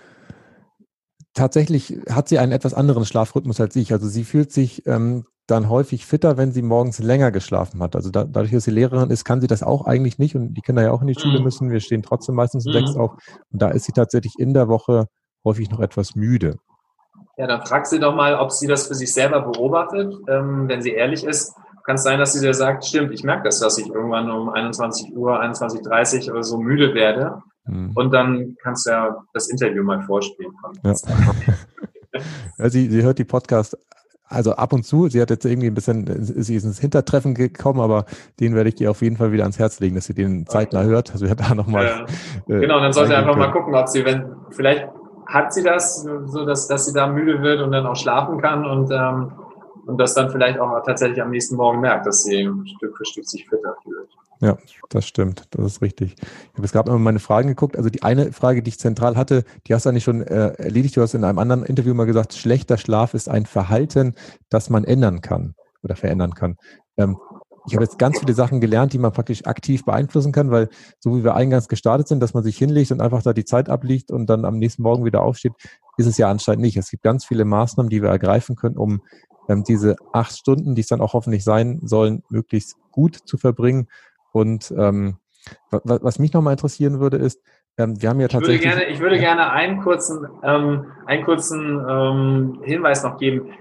Tatsächlich hat sie einen etwas anderen Schlafrhythmus als ich. Also sie fühlt sich dann häufig fitter, wenn sie morgens länger geschlafen hat. Also dadurch, dass sie Lehrerin ist, kann sie das auch eigentlich nicht und die Kinder ja auch in die Schule müssen. Wir stehen trotzdem meistens um 6 auf und da ist sie tatsächlich in der Woche häufig noch etwas müde. Ja, dann frag sie doch mal, ob sie das für sich selber beobachtet. Wenn sie ehrlich ist, kann es sein, dass sie dir sagt, stimmt, ich merke das, dass ich irgendwann um 21 Uhr, 21:30 oder so müde werde. Und dann kannst du ja das Interview mal vorspielen. Ja. Ja, sie hört die Podcast also ab und zu. Sie hat jetzt irgendwie sie ist ins Hintertreffen gekommen, aber den werde ich dir auf jeden Fall wieder ans Herz legen, dass sie den zeitnah hört. Also wir da nochmal. Genau, und dann sollte einfach mal gucken, ob sie, vielleicht hat sie das, so dass sie da müde wird und dann auch schlafen kann und das dann vielleicht auch tatsächlich am nächsten Morgen merkt, dass sie Stück für Stück sich fitter fühlt. Ja, das stimmt. Das ist richtig. Ich habe jetzt gerade mal meine Fragen geguckt. Also die eine Frage, die ich zentral hatte, die hast du eigentlich schon erledigt. Du hast in einem anderen Interview mal gesagt, schlechter Schlaf ist ein Verhalten, das man ändern kann. oder verändern kann. Ich habe jetzt ganz viele Sachen gelernt, die man praktisch aktiv beeinflussen kann, weil so wie wir eingangs gestartet sind, dass man sich hinlegt und einfach da die Zeit abliegt und dann am nächsten Morgen wieder aufsteht, ist es ja anscheinend nicht. Es gibt ganz viele Maßnahmen, die wir ergreifen können, um diese 8 Stunden, die es dann auch hoffentlich sein sollen, möglichst gut zu verbringen. Und was mich nochmal interessieren würde, ist, wir haben ja tatsächlich... Ich würde gerne einen kurzen Hinweis noch geben.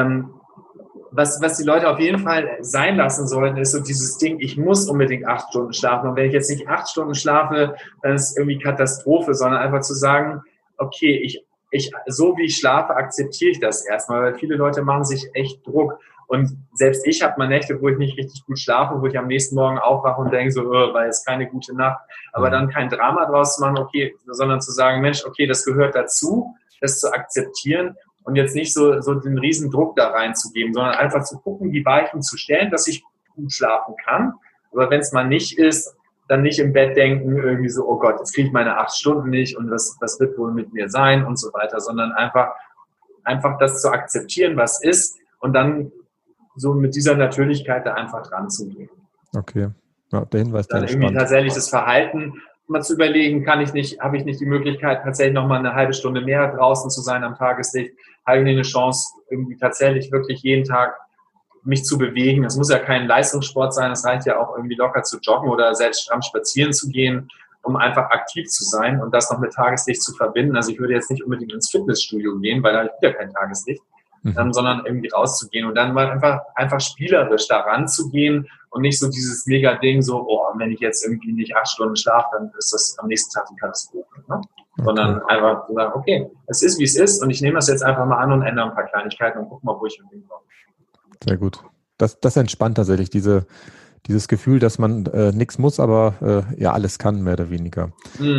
Was die Leute auf jeden Fall sein lassen sollten, ist so dieses Ding, ich muss unbedingt 8 Stunden schlafen. Und wenn ich jetzt nicht 8 Stunden schlafe, dann ist es irgendwie Katastrophe, sondern einfach zu sagen, okay, ich so wie ich schlafe, akzeptiere ich das erstmal, weil viele Leute machen sich echt Druck. Und selbst ich habe mal Nächte, wo ich nicht richtig gut schlafe, wo ich am nächsten Morgen aufwache und denke so, weil es keine gute Nacht. Aber dann kein Drama draus zu machen, okay, sondern zu sagen, Mensch, okay, das gehört dazu, das zu akzeptieren und jetzt nicht so den riesen Druck da reinzugeben, sondern einfach zu gucken, die Weichen zu stellen, dass ich gut schlafen kann. Aber wenn es mal nicht ist, dann nicht im Bett denken, irgendwie so, oh Gott, jetzt kriege ich meine 8 Stunden nicht und was wird wohl mit mir sein und so weiter, sondern einfach das zu akzeptieren, was ist und dann so mit dieser Natürlichkeit da einfach dran zu gehen. Okay, ja, der Hinweis dann irgendwie spannend. Tatsächlich das Verhalten mal zu überlegen, habe ich nicht die Möglichkeit, tatsächlich nochmal eine halbe Stunde mehr draußen zu sein am Tageslicht, habe ich nicht eine Chance, irgendwie tatsächlich wirklich jeden Tag mich zu bewegen. Es muss ja kein Leistungssport sein, es reicht ja auch irgendwie locker zu joggen oder selbst stramm spazieren zu gehen, um einfach aktiv zu sein und das noch mit Tageslicht zu verbinden. Also ich würde jetzt nicht unbedingt ins Fitnessstudio gehen, weil da habe ich wieder kein Tageslicht, sondern irgendwie rauszugehen und dann mal einfach spielerisch da ranzugehen und nicht so dieses Mega-Ding so, oh, wenn ich jetzt irgendwie nicht 8 Stunden schlafe, dann ist das am nächsten Tag die Katastrophe. Ne? Okay. Sondern einfach so sagen, okay, es ist, wie es ist und ich nehme das jetzt einfach mal an und ändere ein paar Kleinigkeiten und gucke mal, wo ich hinkomme. Sehr gut. Das entspannt tatsächlich, dieses Gefühl, dass man nichts muss, aber ja alles kann, mehr oder weniger.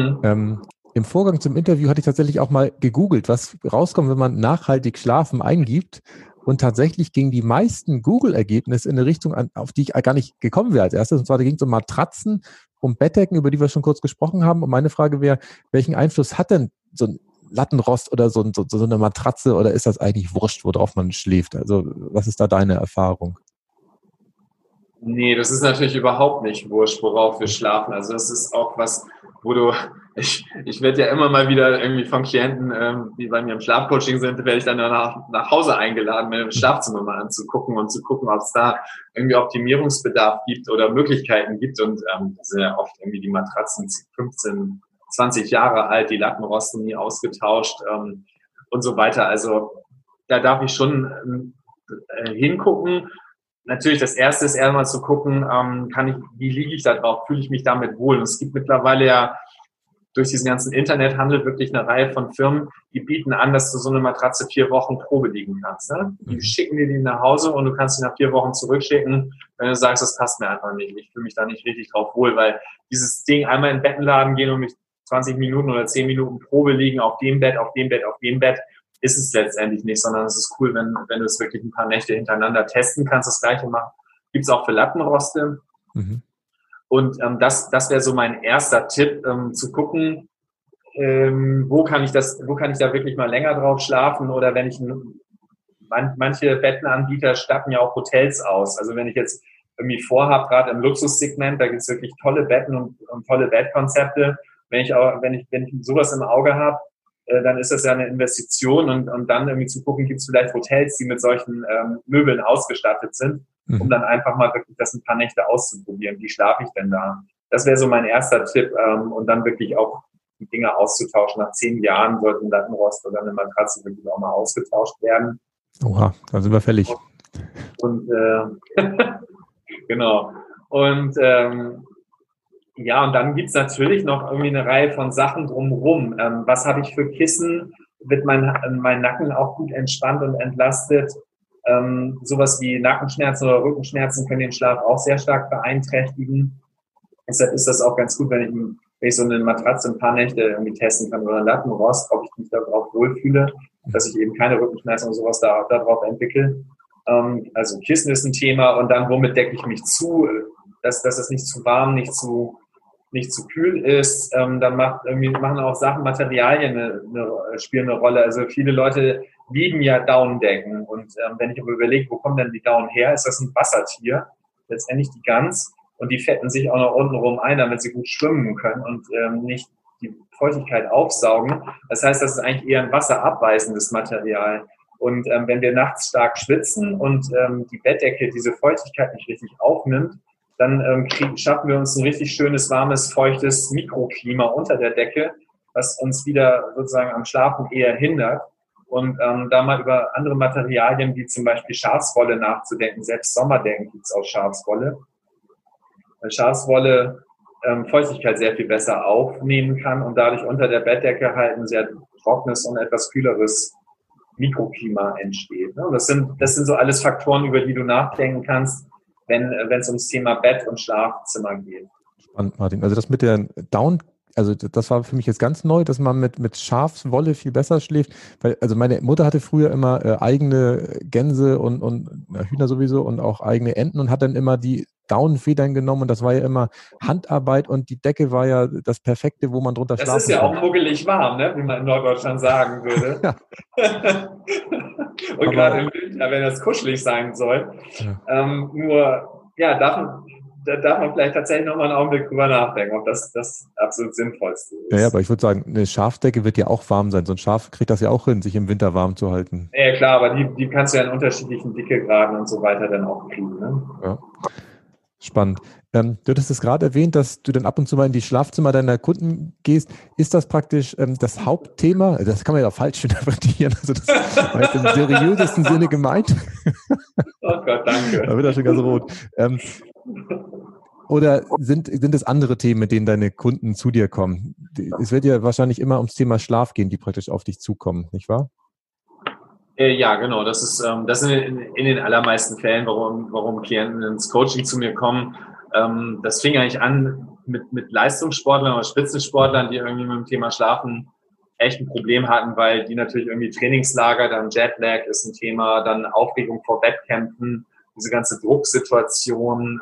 Im Vorgang zum Interview hatte ich tatsächlich auch mal gegoogelt, was rauskommt, wenn man nachhaltig schlafen eingibt. Und tatsächlich gingen die meisten Google-Ergebnisse in eine Richtung, auf die ich gar nicht gekommen wäre als erstes. Und zwar da ging es um Matratzen, um Bettdecken, über die wir schon kurz gesprochen haben. Und meine Frage wäre, welchen Einfluss hat denn so ein Lattenrost oder so eine Matratze oder ist das eigentlich wurscht, worauf man schläft? Also was ist da deine Erfahrung? Nee, das ist natürlich überhaupt nicht wurscht, worauf wir schlafen. Also das ist auch was, ich werde ja immer mal wieder irgendwie von Klienten, die bei mir im Schlafcoaching sind, werde ich dann nach Hause eingeladen, mir das Schlafzimmer mal anzugucken und zu gucken, ob es da irgendwie Optimierungsbedarf gibt oder Möglichkeiten gibt. Und das sind ja oft irgendwie die Matratzen 15, 20 Jahre alt, die Lattenrosten nie ausgetauscht und so weiter. Also da darf ich schon hingucken. Natürlich, das Erste ist erstmal zu gucken, wie liege ich da drauf, fühle ich mich damit wohl. Und es gibt mittlerweile ja durch diesen ganzen Internethandel wirklich eine Reihe von Firmen, die bieten an, dass du so eine Matratze 4 Wochen Probe liegen kannst. Ne? Die schicken dir die nach Hause und du kannst sie nach 4 Wochen zurückschicken, wenn du sagst, das passt mir einfach nicht. Ich fühle mich da nicht richtig drauf wohl, weil dieses Ding einmal in den Bettenladen gehen und mich 20 Minuten oder 10 Minuten Probe liegen auf dem Bett, ist es letztendlich nicht, sondern es ist cool, wenn du es wirklich ein paar Nächte hintereinander testen kannst, das Gleiche machen. Gibt es auch für Lattenroste. Und das wäre so mein erster Tipp, zu gucken, wo kann ich da wirklich mal länger drauf schlafen oder wenn ich manche Bettenanbieter statten ja auch Hotels aus. Also wenn ich jetzt irgendwie vorhabe, gerade im Luxussegment, da gibt es wirklich tolle Betten und tolle Bettkonzepte. Wenn ich sowas im Auge habe, dann ist das ja eine Investition und dann irgendwie zu gucken, gibt es vielleicht Hotels, die mit solchen Möbeln ausgestattet sind, um dann einfach mal wirklich das ein paar Nächte auszuprobieren. Wie schlafe ich denn da? Das wäre so mein erster Tipp und dann wirklich auch die Dinge auszutauschen. Nach 10 Jahren sollte ein Lattenrost oder eine Matratze wirklich auch mal ausgetauscht werden. Oha, da sind wir fällig. Und genau. Und ja, und dann gibt's natürlich noch irgendwie eine Reihe von Sachen drumherum. Was habe ich für Kissen? Wird mein Nacken auch gut entspannt und entlastet? Sowas wie Nackenschmerzen oder Rückenschmerzen können den Schlaf auch sehr stark beeinträchtigen. Deshalb ist das auch ganz gut, wenn ich so eine Matratze ein paar Nächte irgendwie testen kann oder ein Lattenrost, ob ich mich darauf wohlfühle, dass ich eben keine Rückenschmerzen und sowas darauf entwickle. Also Kissen ist ein Thema und dann, womit decke ich mich zu, dass es nicht zu warm, nicht zu kühl ist. Dann machen auch Sachen, Materialien spielen eine Rolle. Also viele Leute lieben ja Daunendecken. Und wenn ich aber überlege, wo kommen denn die Daunen her, ist das ein Wassertier, letztendlich die Gans. Und die fetten sich auch noch untenrum ein, damit sie gut schwimmen können und nicht die Feuchtigkeit aufsaugen. Das heißt, das ist eigentlich eher ein wasserabweisendes Material. Und wenn wir nachts stark schwitzen und die Bettdecke diese Feuchtigkeit nicht richtig aufnimmt, dann schaffen wir uns ein richtig schönes, warmes, feuchtes Mikroklima unter der Decke, was uns wieder sozusagen am Schlafen eher hindert. Und da mal über andere Materialien wie zum Beispiel Schafswolle nachzudenken. Selbst Sommerdecken gibt es aus Schafswolle. Weil Schafswolle Feuchtigkeit sehr viel besser aufnehmen kann und dadurch unter der Bettdecke halt ein sehr trockenes und etwas kühleres Mikroklima entsteht. Und das sind so alles Faktoren, über die du nachdenken kannst, wenn es ums Thema Bett und Schlafzimmer geht. Spannend, Martin. Also das mit der Down, also das war für mich jetzt ganz neu, dass man mit Schafswolle viel besser schläft, weil also meine Mutter hatte früher immer eigene Gänse und Hühner sowieso und auch eigene Enten und hat dann immer die Daunenfedern genommen und das war ja immer Handarbeit und die Decke war ja das Perfekte, wo man drunter schlafen kann. Das ist ja auch muggelig warm, ne? Wie man in Norddeutschland sagen würde. Ja. Und gerade im Winter, wenn das kuschelig sein soll. Ja. Nur, ja, da darf man vielleicht tatsächlich nochmal einen Augenblick drüber nachdenken, ob das absolut Sinnvollste ist. Ja, aber ich würde sagen, eine Schafdecke wird ja auch warm sein. So ein Schaf kriegt das ja auch hin, sich im Winter warm zu halten. Ja, klar, aber die kannst du ja in unterschiedlichen Dickegraden und so weiter dann auch kriegen. Ne? Ja. Spannend. Du hattest es gerade erwähnt, dass du dann ab und zu mal in die Schlafzimmer deiner Kunden gehst. Ist das praktisch das Hauptthema? Das kann man ja auch falsch interpretieren. Also das war jetzt im seriösesten Sinne gemeint. Oh Gott, danke. Da wird er schon ganz rot. Oder sind es andere Themen, mit denen deine Kunden zu dir kommen? Es wird ja wahrscheinlich immer ums Thema Schlaf gehen, die praktisch auf dich zukommen, nicht wahr? Ja, genau. Das ist in den allermeisten Fällen, warum Klienten ins Coaching zu mir kommen. Das fing eigentlich an mit Leistungssportlern oder Spitzensportlern, die irgendwie mit dem Thema Schlafen echt ein Problem hatten, weil die natürlich irgendwie Trainingslager, dann Jetlag ist ein Thema, dann Aufregung vor Wettkämpfen, diese ganze Drucksituation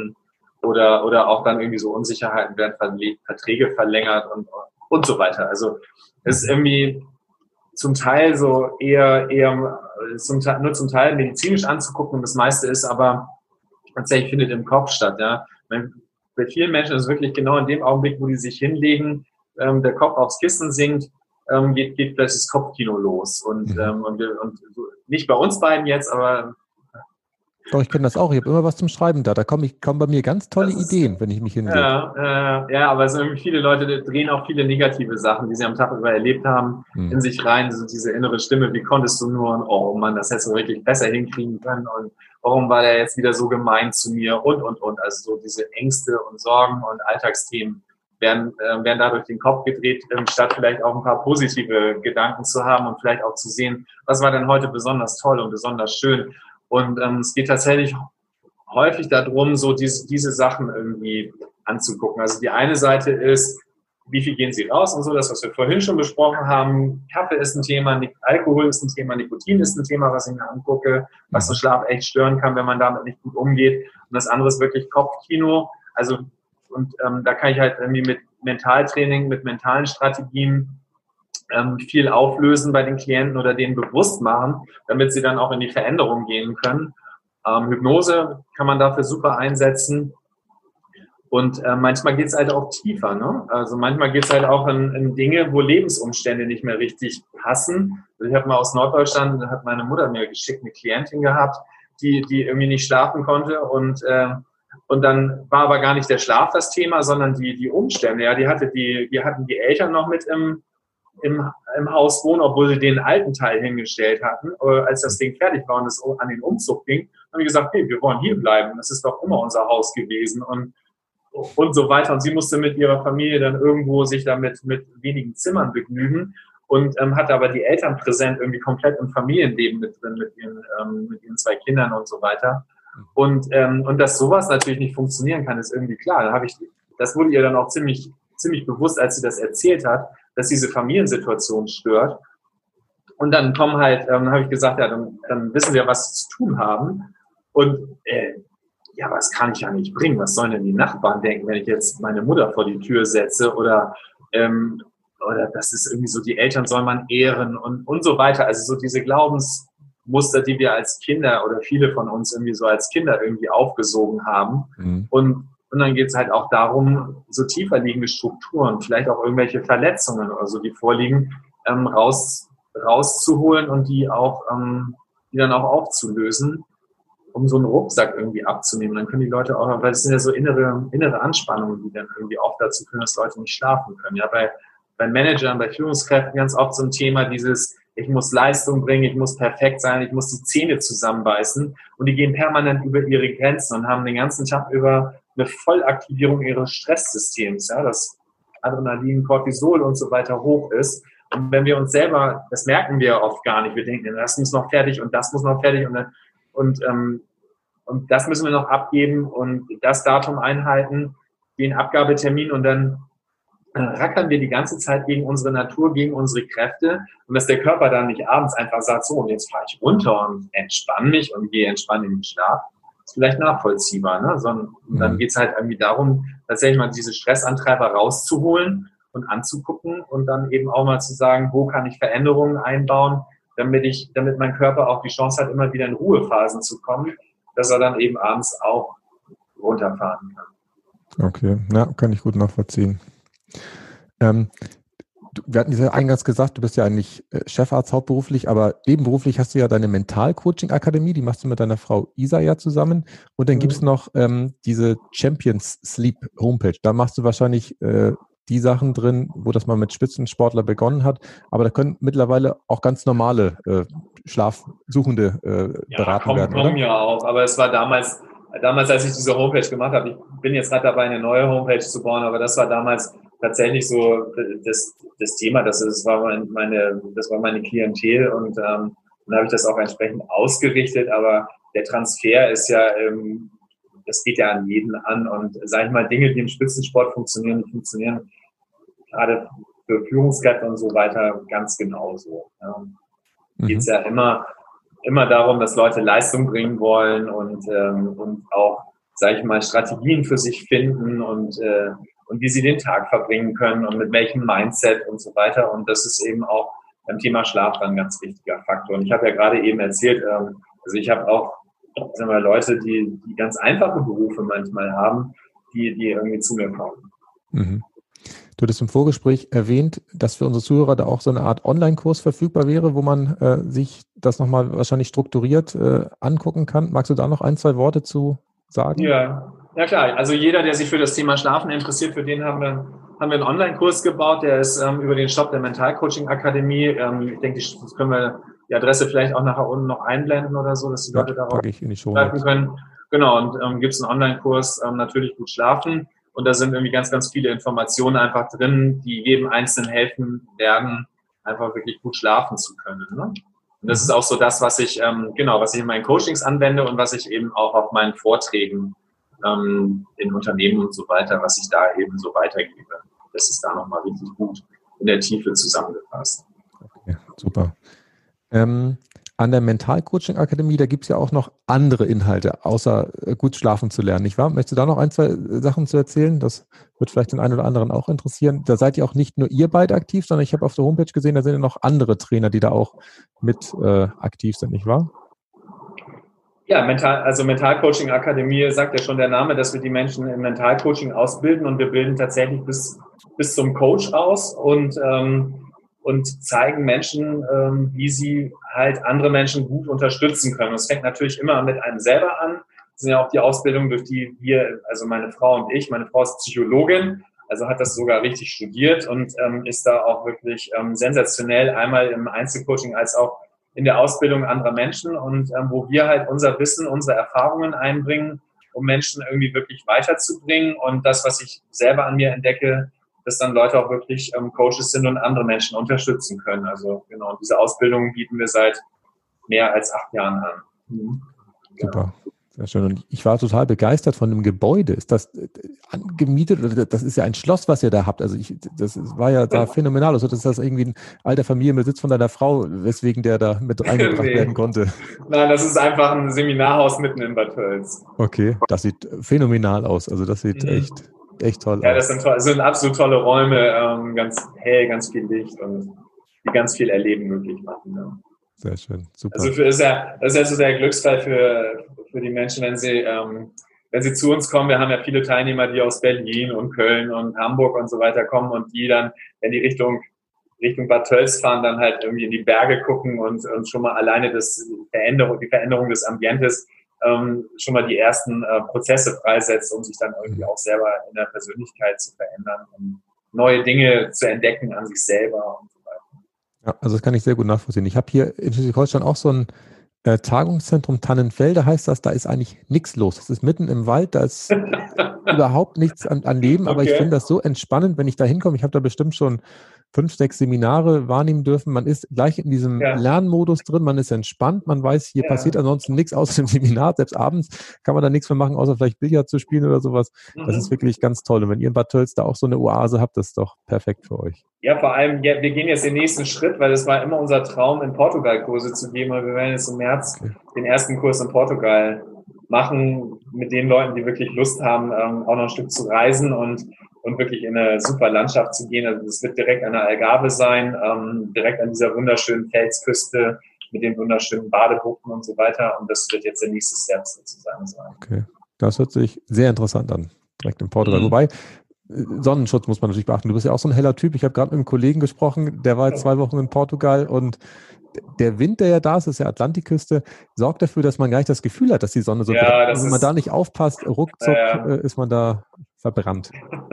oder auch dann irgendwie so Unsicherheiten, werden Verträge verlängert und so weiter. Also es ist irgendwie zum Teil so eher nur zum Teil medizinisch anzugucken und das meiste ist aber tatsächlich findet im Kopf statt. Ja. Bei vielen Menschen ist es wirklich genau in dem Augenblick, wo die sich hinlegen, der Kopf aufs Kissen sinkt, geht plötzlich das Kopfkino los. Und nicht bei uns beiden jetzt, aber doch, ich kenne das auch. Ich habe immer was zum Schreiben da. Da kommen bei mir ganz tolle Ideen, wenn ich mich hinlege. Ja, aber es sind irgendwie viele Leute, drehen auch viele negative Sachen, die sie am Tag über erlebt haben, in sich rein. So diese innere Stimme, wie konntest du nur? Und oh Mann, das hättest du wirklich besser hinkriegen können. Und warum war der jetzt wieder so gemein zu mir? Und. Also so diese Ängste und Sorgen und Alltagsthemen werden da durch den Kopf gedreht, statt vielleicht auch ein paar positive Gedanken zu haben und vielleicht auch zu sehen, was war denn heute besonders toll und besonders schön. Und es geht tatsächlich häufig darum, so diese Sachen irgendwie anzugucken. Also die eine Seite ist, wie viel gehen sie raus und so, das, was wir vorhin schon besprochen haben. Kaffee ist ein Thema, Alkohol ist ein Thema, Nikotin ist ein Thema, was ich mir angucke, was so Schlaf echt stören kann, wenn man damit nicht gut umgeht. Und das andere ist wirklich Kopfkino. Also da kann ich halt irgendwie mit Mentaltraining, mit mentalen Strategien viel auflösen bei den Klienten oder denen bewusst machen, damit sie dann auch in die Veränderung gehen können. Hypnose kann man dafür super einsetzen. Und manchmal geht es halt auch tiefer. Ne? Also manchmal geht es halt auch in Dinge, wo Lebensumstände nicht mehr richtig passen. Also ich habe mal aus Norddeutschland, da hat meine Mutter mir geschickt, eine Klientin gehabt, die irgendwie nicht schlafen konnte. Und dann war aber gar nicht der Schlaf das Thema, sondern die Umstände. Ja, die hatten die Eltern noch mit im Haus wohnen, obwohl sie den alten Teil hingestellt hatten. Als das Ding fertig war und es an den Umzug ging, haben die gesagt, hey, wir wollen hier bleiben. Das ist doch immer unser Haus gewesen und so weiter. Und sie musste mit ihrer Familie dann irgendwo sich damit mit wenigen Zimmern begnügen und hatte aber die Eltern präsent irgendwie komplett im Familienleben mit drin, mit ihren 2 Kindern und so weiter. Und dass sowas natürlich nicht funktionieren kann, ist irgendwie klar. Das wurde ihr dann auch ziemlich bewusst, als sie das erzählt hat, dass diese Familiensituation stört. Und dann habe ich gesagt, ja, dann wissen wir, was zu tun haben. Und ja, was kann ich ja nicht bringen? Was sollen denn die Nachbarn denken, wenn ich jetzt meine Mutter vor die Tür setze oder oder das ist irgendwie so, die Eltern soll man ehren und so weiter. Also so diese Glaubensmuster, die wir als Kinder oder viele von uns irgendwie so als Kinder irgendwie aufgesogen haben. Mhm. Und dann geht es halt auch darum, so tiefer liegende Strukturen, vielleicht auch irgendwelche Verletzungen oder so, die vorliegen, rauszuholen und die dann auch aufzulösen, um so einen Rucksack irgendwie abzunehmen. Dann können die Leute auch, weil es sind ja so innere Anspannungen, die dann irgendwie auch dazu führen, dass Leute nicht schlafen können. Ja, bei Managern, bei Führungskräften ganz oft so ein Thema dieses, ich muss Leistung bringen, ich muss perfekt sein, ich muss die Zähne zusammenbeißen und die gehen permanent über ihre Grenzen und haben den ganzen Tag über eine Vollaktivierung ihres Stresssystems, ja, das Adrenalin, Cortisol und so weiter hoch ist. Und wenn wir uns selber, das merken wir oft gar nicht, wir denken, das muss noch fertig und das muss noch fertig und das müssen wir noch abgeben und das Datum einhalten, den Abgabetermin und dann rackern wir die ganze Zeit gegen unsere Natur, gegen unsere Kräfte und dass der Körper dann nicht abends einfach sagt, so und jetzt fahre ich runter und entspanne mich und gehe entspannt in den Schlaf, ist vielleicht nachvollziehbar. Ne? Und dann geht es halt irgendwie darum, tatsächlich mal diese Stressantreiber rauszuholen und anzugucken und dann eben auch mal zu sagen, wo kann ich Veränderungen einbauen, damit mein Körper auch die Chance hat, immer wieder in Ruhephasen zu kommen, dass er dann eben abends auch runterfahren kann. Okay, ja, kann ich gut nachvollziehen. Wir hatten ja eingangs gesagt, du bist ja eigentlich Chefarzt hauptberuflich, aber nebenberuflich hast du ja deine Mental-Coaching-Akademie, die machst du mit deiner Frau Isa ja zusammen. Und dann gibt es noch diese Champions Sleep Homepage. Da machst du wahrscheinlich die Sachen drin, wo das mal mit Spitzensportler begonnen hat. Aber da können mittlerweile auch ganz normale Schlafsuchende beraten werden, oder? Ja auch, aber es war damals, als ich diese Homepage gemacht habe, ich bin jetzt gerade dabei, eine neue Homepage zu bauen, aber das war damals tatsächlich so das Thema, das war meine Klientel und dann habe ich das auch entsprechend ausgerichtet, aber der Transfer ist ja, das geht ja an jeden an und sag ich mal, Dinge, die im Spitzensport funktionieren, gerade für Führungskräfte und so weiter ganz genauso. Ja. Geht es ja immer darum, dass Leute Leistung bringen wollen und auch, sag ich mal, Strategien für sich finden und wie sie den Tag verbringen können und mit welchem Mindset und so weiter. Und das ist eben auch beim Thema Schlaf dann ein ganz wichtiger Faktor. Und ich habe ja gerade eben erzählt, also ich habe auch, sagen wir, Leute, die ganz einfache Berufe manchmal haben, die irgendwie zu mir kommen. Mhm. Du hattest im Vorgespräch erwähnt, dass für unsere Zuhörer da auch so eine Art Online-Kurs verfügbar wäre, wo man sich das nochmal wahrscheinlich strukturiert angucken kann. Magst du da noch ein, zwei Worte zu sagen? Ja klar. Also jeder, der sich für das Thema Schlafen interessiert, für den haben wir einen Online-Kurs gebaut, der ist über den Shop der Mental-Coaching-Akademie. Ich denke, das können wir die Adresse vielleicht auch nachher unten noch einblenden oder so, dass die Leute darauf greifen können. Genau, und gibt es einen Online-Kurs, natürlich gut schlafen. Und da sind irgendwie ganz, ganz viele Informationen einfach drin, die jedem Einzelnen helfen werden, einfach wirklich gut schlafen zu können. Ne? Und das ist auch so das, was ich in meinen Coachings anwende und was ich eben auch auf meinen Vorträgen in Unternehmen und so weiter, was ich da eben so weitergebe. Das ist da nochmal richtig gut in der Tiefe zusammengefasst. Okay, super. An der Mental-Coaching-Akademie, da gibt es ja auch noch andere Inhalte, außer gut schlafen zu lernen, nicht wahr? Möchtest du da noch ein, zwei Sachen zu erzählen? Das wird vielleicht den einen oder anderen auch interessieren. Da seid ihr auch nicht nur ihr beide aktiv, sondern ich habe auf der Homepage gesehen, da sind ja noch andere Trainer, die da auch mit aktiv sind, nicht wahr? Ja, Mental-Coaching-Akademie sagt ja schon der Name, dass wir die Menschen im Mental-Coaching ausbilden und wir bilden tatsächlich bis zum Coach aus und zeigen Menschen, wie sie halt andere Menschen gut unterstützen können. Das fängt natürlich immer mit einem selber an. Das sind ja auch die Ausbildungen, durch die wir, also meine Frau und ich, meine Frau ist Psychologin, also hat das sogar richtig studiert und ist da auch wirklich sensationell, einmal im Einzelcoaching als auch in der Ausbildung anderer Menschen und wo wir halt unser Wissen, unsere Erfahrungen einbringen, um Menschen irgendwie wirklich weiterzubringen und das, was ich selber an mir entdecke, dass dann Leute auch wirklich Coaches sind und andere Menschen unterstützen können. Also genau, diese Ausbildung bieten wir seit mehr als 8 Jahren an. Mhm. Super, sehr schön. Und ich war total begeistert von dem Gebäude. Ist das angemietet oder das ist ja ein Schloss, was ihr da habt? Also das war ja da phänomenal. Also ist das irgendwie ein alter Familienbesitz von deiner Frau, weswegen der da mit reingebracht werden konnte? Nein, das ist einfach ein Seminarhaus mitten in Bad Tölz. Okay, das sieht phänomenal aus. Also das sieht echt echt toll Ja, aus. das sind absolut tolle Räume, ganz hell, ganz viel Licht und die ganz viel Erleben möglich machen. Ja. Sehr schön, super. Also das ist ja so der Glücksfall für die Menschen, wenn sie zu uns kommen. Wir haben ja viele Teilnehmer, die aus Berlin und Köln und Hamburg und so weiter kommen und die dann, wenn die Richtung Bad Tölz fahren, dann halt irgendwie in die Berge gucken und schon mal alleine die Veränderung des Ambientes schon mal die ersten Prozesse freisetzt, um sich dann irgendwie auch selber in der Persönlichkeit zu verändern und neue Dinge zu entdecken an sich selber und so weiter. Ja, also das kann ich sehr gut nachvollziehen. Ich habe hier in Schleswig-Holstein auch so ein Tagungszentrum Tannenfelde, heißt das, da ist eigentlich nichts los. Das ist mitten im Wald, da ist überhaupt nichts an Leben, aber ich finde das so entspannend, wenn ich da hinkomme. Ich habe da bestimmt schon 5, 6 Seminare wahrnehmen dürfen. Man ist gleich in diesem Lernmodus drin, man ist entspannt, man weiß, hier passiert ansonsten nichts außer dem Seminar. Selbst abends kann man da nichts mehr machen, außer vielleicht Billard zu spielen oder sowas. Das ist wirklich ganz toll. Und wenn ihr in Bad Tölz da auch so eine Oase habt, das ist doch perfekt für euch. Ja, vor allem, wir gehen jetzt den nächsten Schritt, weil es war immer unser Traum, in Portugal Kurse zu geben. Und wir werden jetzt im März den ersten Kurs in Portugal machen, mit den Leuten, die wirklich Lust haben, auch noch ein Stück zu reisen und wirklich in eine super Landschaft zu gehen. Also es wird direkt an der Algarve sein, direkt an dieser wunderschönen Felsküste mit den wunderschönen Badebuchten und so weiter. Und das wird jetzt der nächste Step sozusagen sein. Okay, das hört sich sehr interessant an, direkt in Portugal. Wobei, Sonnenschutz muss man natürlich beachten. Du bist ja auch so ein heller Typ. Ich habe gerade mit einem Kollegen gesprochen, der war jetzt 2 Wochen in Portugal und der Wind, der ja da ist ja Atlantikküste, sorgt dafür, dass man gar nicht das Gefühl hat, dass die Sonne so brennt. Und wenn man da nicht aufpasst, ruckzuck ist man da verbrannt.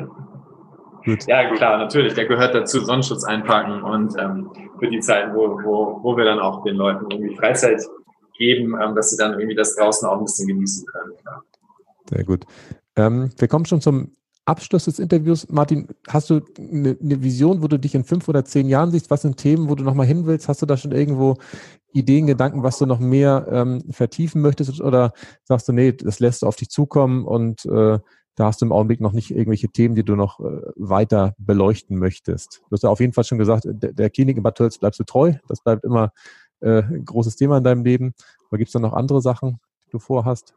Gut. Ja, klar, natürlich. Der gehört dazu, Sonnenschutz einpacken und für die Zeiten, wo wir dann auch den Leuten irgendwie Freizeit geben, dass sie dann irgendwie das draußen auch ein bisschen genießen können. Ja. Sehr gut. Wir kommen schon zum Abschluss des Interviews. Martin, hast du eine Vision, wo du dich in 5 oder 10 Jahren siehst? Was sind Themen, wo du nochmal hin willst? Hast du da schon irgendwo Ideen, Gedanken, was du noch mehr vertiefen möchtest? Oder sagst du, nee, das lässt du auf dich zukommen und da hast du im Augenblick noch nicht irgendwelche Themen, die du noch weiter beleuchten möchtest? Du hast ja auf jeden Fall schon gesagt, der Klinik in Bad Tölz bleibst du treu. Das bleibt immer ein großes Thema in deinem Leben. Aber gibt es da noch andere Sachen, die du vorhast?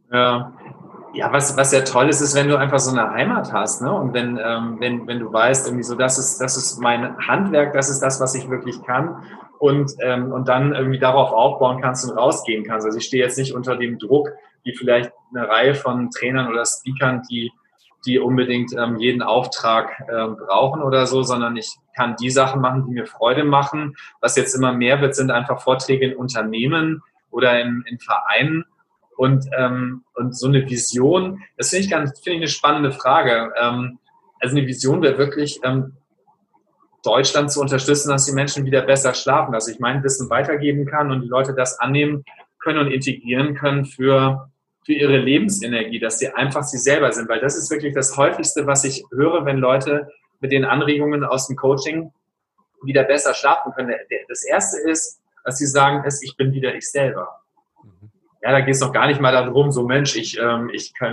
Ja, was ja toll ist, wenn du einfach so eine Heimat hast, ne? Und wenn du weißt, irgendwie so, das ist mein Handwerk, das ist das, was ich wirklich kann und dann irgendwie darauf aufbauen kannst und rausgehen kannst. Also ich stehe jetzt nicht unter dem Druck, wie vielleicht eine Reihe von Trainern oder Speakern, die unbedingt jeden Auftrag brauchen oder so, sondern ich kann die Sachen machen, die mir Freude machen. Was jetzt immer mehr wird, sind einfach Vorträge in Unternehmen oder in Vereinen. Und so eine Vision, das finde ich eine spannende Frage. Also eine Vision wäre wirklich, Deutschland zu unterstützen, dass die Menschen wieder besser schlafen, dass ich mein Wissen weitergeben kann und die Leute das annehmen können und integrieren können für ihre Lebensenergie, dass sie einfach sie selber sind. Weil das ist wirklich das Häufigste, was ich höre, wenn Leute mit den Anregungen aus dem Coaching wieder besser schlafen können. Das Erste ist, dass sie sagen, ich bin wieder ich selber. Ja, da geht es noch gar nicht mal darum, so Mensch, ich habe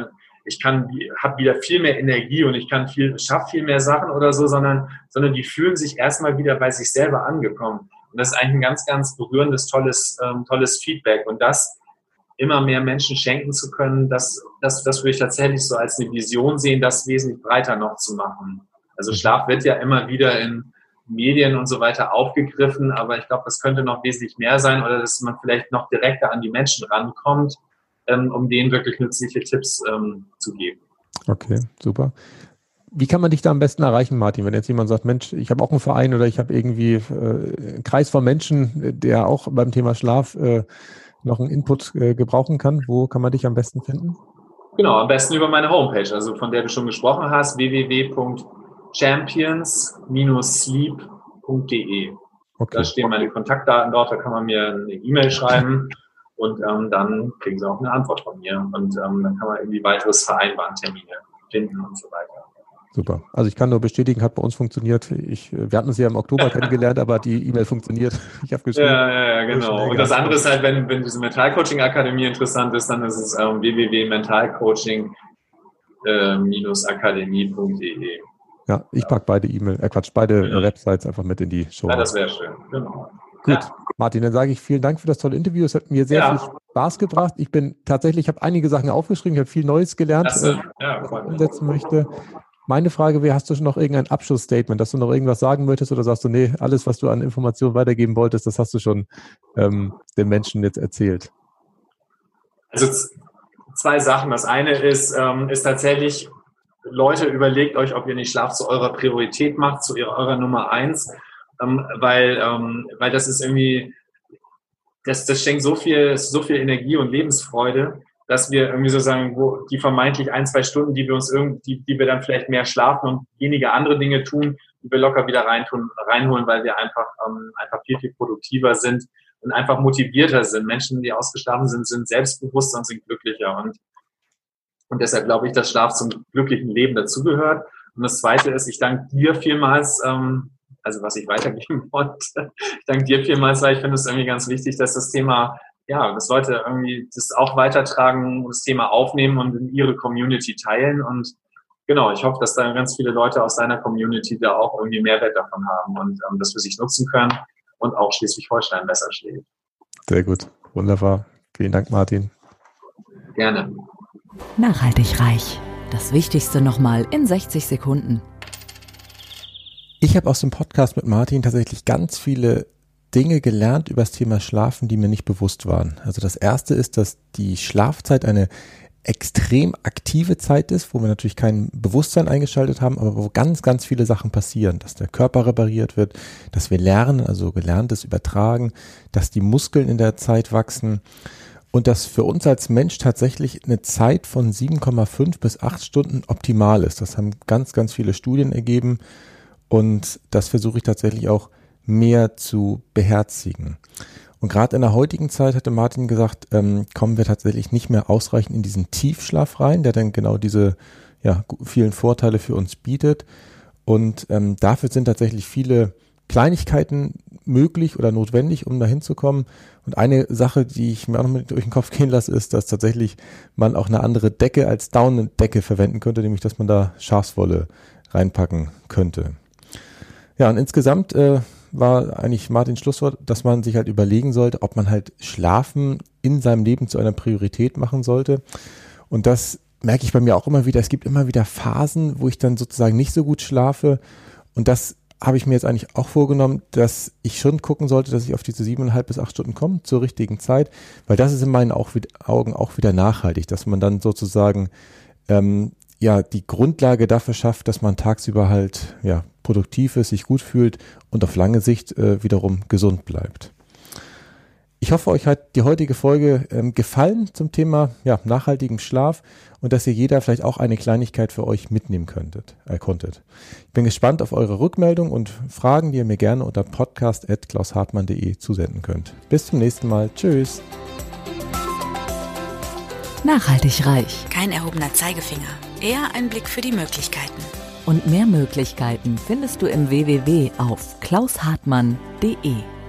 wieder viel mehr Energie und ich schaffe viel mehr Sachen oder so, sondern die fühlen sich erstmal wieder bei sich selber angekommen. Und das ist eigentlich ein ganz, ganz berührendes, tolles Feedback. Und das immer mehr Menschen schenken zu können, das würde ich tatsächlich so als eine Vision sehen, das wesentlich breiter noch zu machen. Also Schlaf wird ja immer wieder in Medien und so weiter aufgegriffen, aber ich glaube, das könnte noch wesentlich mehr sein oder dass man vielleicht noch direkter an die Menschen rankommt, um denen wirklich nützliche Tipps zu geben. Okay, super. Wie kann man dich da am besten erreichen, Martin? Wenn jetzt jemand sagt, Mensch, ich habe auch einen Verein oder ich habe irgendwie einen Kreis von Menschen, der auch beim Thema Schlaf noch einen Input gebrauchen kann, wo kann man dich am besten finden? Genau, am besten über meine Homepage, also von der du schon gesprochen hast, www.champions-sleep.de. Okay. Da stehen meine Kontaktdaten dort, da kann man mir eine E-Mail schreiben und dann kriegen sie auch eine Antwort von mir und dann kann man irgendwie weiteres vereinbaren, Termine finden und so weiter. Super. Also ich kann nur bestätigen, hat bei uns funktioniert. Wir hatten uns ja im Oktober kennengelernt, aber die E-Mail funktioniert. Ich habe geschrieben. Ja, genau. Und das andere ist halt, wenn diese Mentalcoaching-Akademie interessant ist, dann ist es www.mentalcoaching-akademie.de. Ja, ich packe beide Websites einfach mit in die Show. Ja, das wäre schön. Genau. Gut, ja. Martin, dann sage ich vielen Dank für das tolle Interview. Es hat mir sehr viel Spaß gebracht. Ich habe einige Sachen aufgeschrieben, ich habe viel Neues gelernt, was ich umsetzen möchte. Meine Frage wäre, hast du schon noch irgendein Abschlussstatement, dass du noch irgendwas sagen möchtest oder sagst du, nee, alles, was du an Informationen weitergeben wolltest, das hast du schon den Menschen jetzt erzählt? Also 2 Sachen. Das eine ist tatsächlich, Leute, überlegt euch, ob ihr nicht Schlaf zu eurer Priorität macht, zu eurer Nummer 1, weil das ist irgendwie, das schenkt so viel Energie und Lebensfreude, dass wir irgendwie so sagen, wo die vermeintlich 1-2 Stunden, die wir dann vielleicht mehr schlafen und weniger andere Dinge tun, die wir locker wieder reinholen, weil wir einfach viel, viel produktiver sind und einfach motivierter sind. Menschen, die ausgeschlafen sind selbstbewusster und sind glücklicher. Und deshalb glaube ich, dass Schlaf zum glücklichen Leben dazugehört. Und das Zweite ist, ich danke dir vielmals, also was ich weitergeben wollte, ich danke dir vielmals, weil ich finde es irgendwie ganz wichtig, dass das Thema, dass Leute irgendwie das auch weitertragen, das Thema aufnehmen und in ihre Community teilen. Und genau, ich hoffe, dass da ganz viele Leute aus deiner Community da auch irgendwie Mehrwert davon haben und das für sich nutzen können und auch Schleswig-Holstein besser schlägt. Sehr gut, wunderbar. Vielen Dank, Martin. Gerne. Nachhaltig reich. Das Wichtigste nochmal in 60 Sekunden. Ich habe aus dem Podcast mit Martin tatsächlich ganz viele Dinge gelernt über das Thema Schlafen, die mir nicht bewusst waren. Also das erste ist, dass die Schlafzeit eine extrem aktive Zeit ist, wo wir natürlich kein Bewusstsein eingeschaltet haben, aber wo ganz, ganz viele Sachen passieren, dass der Körper repariert wird, dass wir lernen, also Gelerntes übertragen, dass die Muskeln in der Zeit wachsen und dass für uns als Mensch tatsächlich eine Zeit von 7,5 bis 8 Stunden optimal ist. Das haben ganz, ganz viele Studien ergeben und das versuche ich tatsächlich auch mehr zu beherzigen. Und gerade in der heutigen Zeit, hatte Martin gesagt, kommen wir tatsächlich nicht mehr ausreichend in diesen Tiefschlaf rein, der dann genau diese vielen Vorteile für uns bietet. Und dafür sind tatsächlich viele Kleinigkeiten möglich oder notwendig, um da hinzukommen. Und eine Sache, die ich mir auch noch mit durch den Kopf gehen lasse, ist, dass tatsächlich man auch eine andere Decke als Daunendecke verwenden könnte, nämlich dass man da Schafswolle reinpacken könnte. Ja, und insgesamt war eigentlich Martins Schlusswort, dass man sich halt überlegen sollte, ob man halt Schlafen in seinem Leben zu einer Priorität machen sollte. Und das merke ich bei mir auch immer wieder. Es gibt immer wieder Phasen, wo ich dann sozusagen nicht so gut schlafe. Und das habe ich mir jetzt eigentlich auch vorgenommen, dass ich schon gucken sollte, dass ich auf diese 7,5 bis 8 Stunden komme zur richtigen Zeit, weil das ist in meinen Augen auch wieder nachhaltig, dass man dann sozusagen die Grundlage dafür schafft, dass man tagsüber halt produktiv ist, sich gut fühlt und auf lange Sicht wiederum gesund bleibt. Ich hoffe, euch hat die heutige Folge gefallen zum Thema nachhaltigen Schlaf und dass ihr jeder vielleicht auch eine Kleinigkeit für euch mitnehmen konntet. Ich bin gespannt auf eure Rückmeldung und Fragen, die ihr mir gerne unter podcast@klaushartmann.de zusenden könnt. Bis zum nächsten Mal. Tschüss. Nachhaltig reich. Kein erhobener Zeigefinger, eher ein Blick für die Möglichkeiten. Und mehr Möglichkeiten findest du im www auf klaushartmann.de.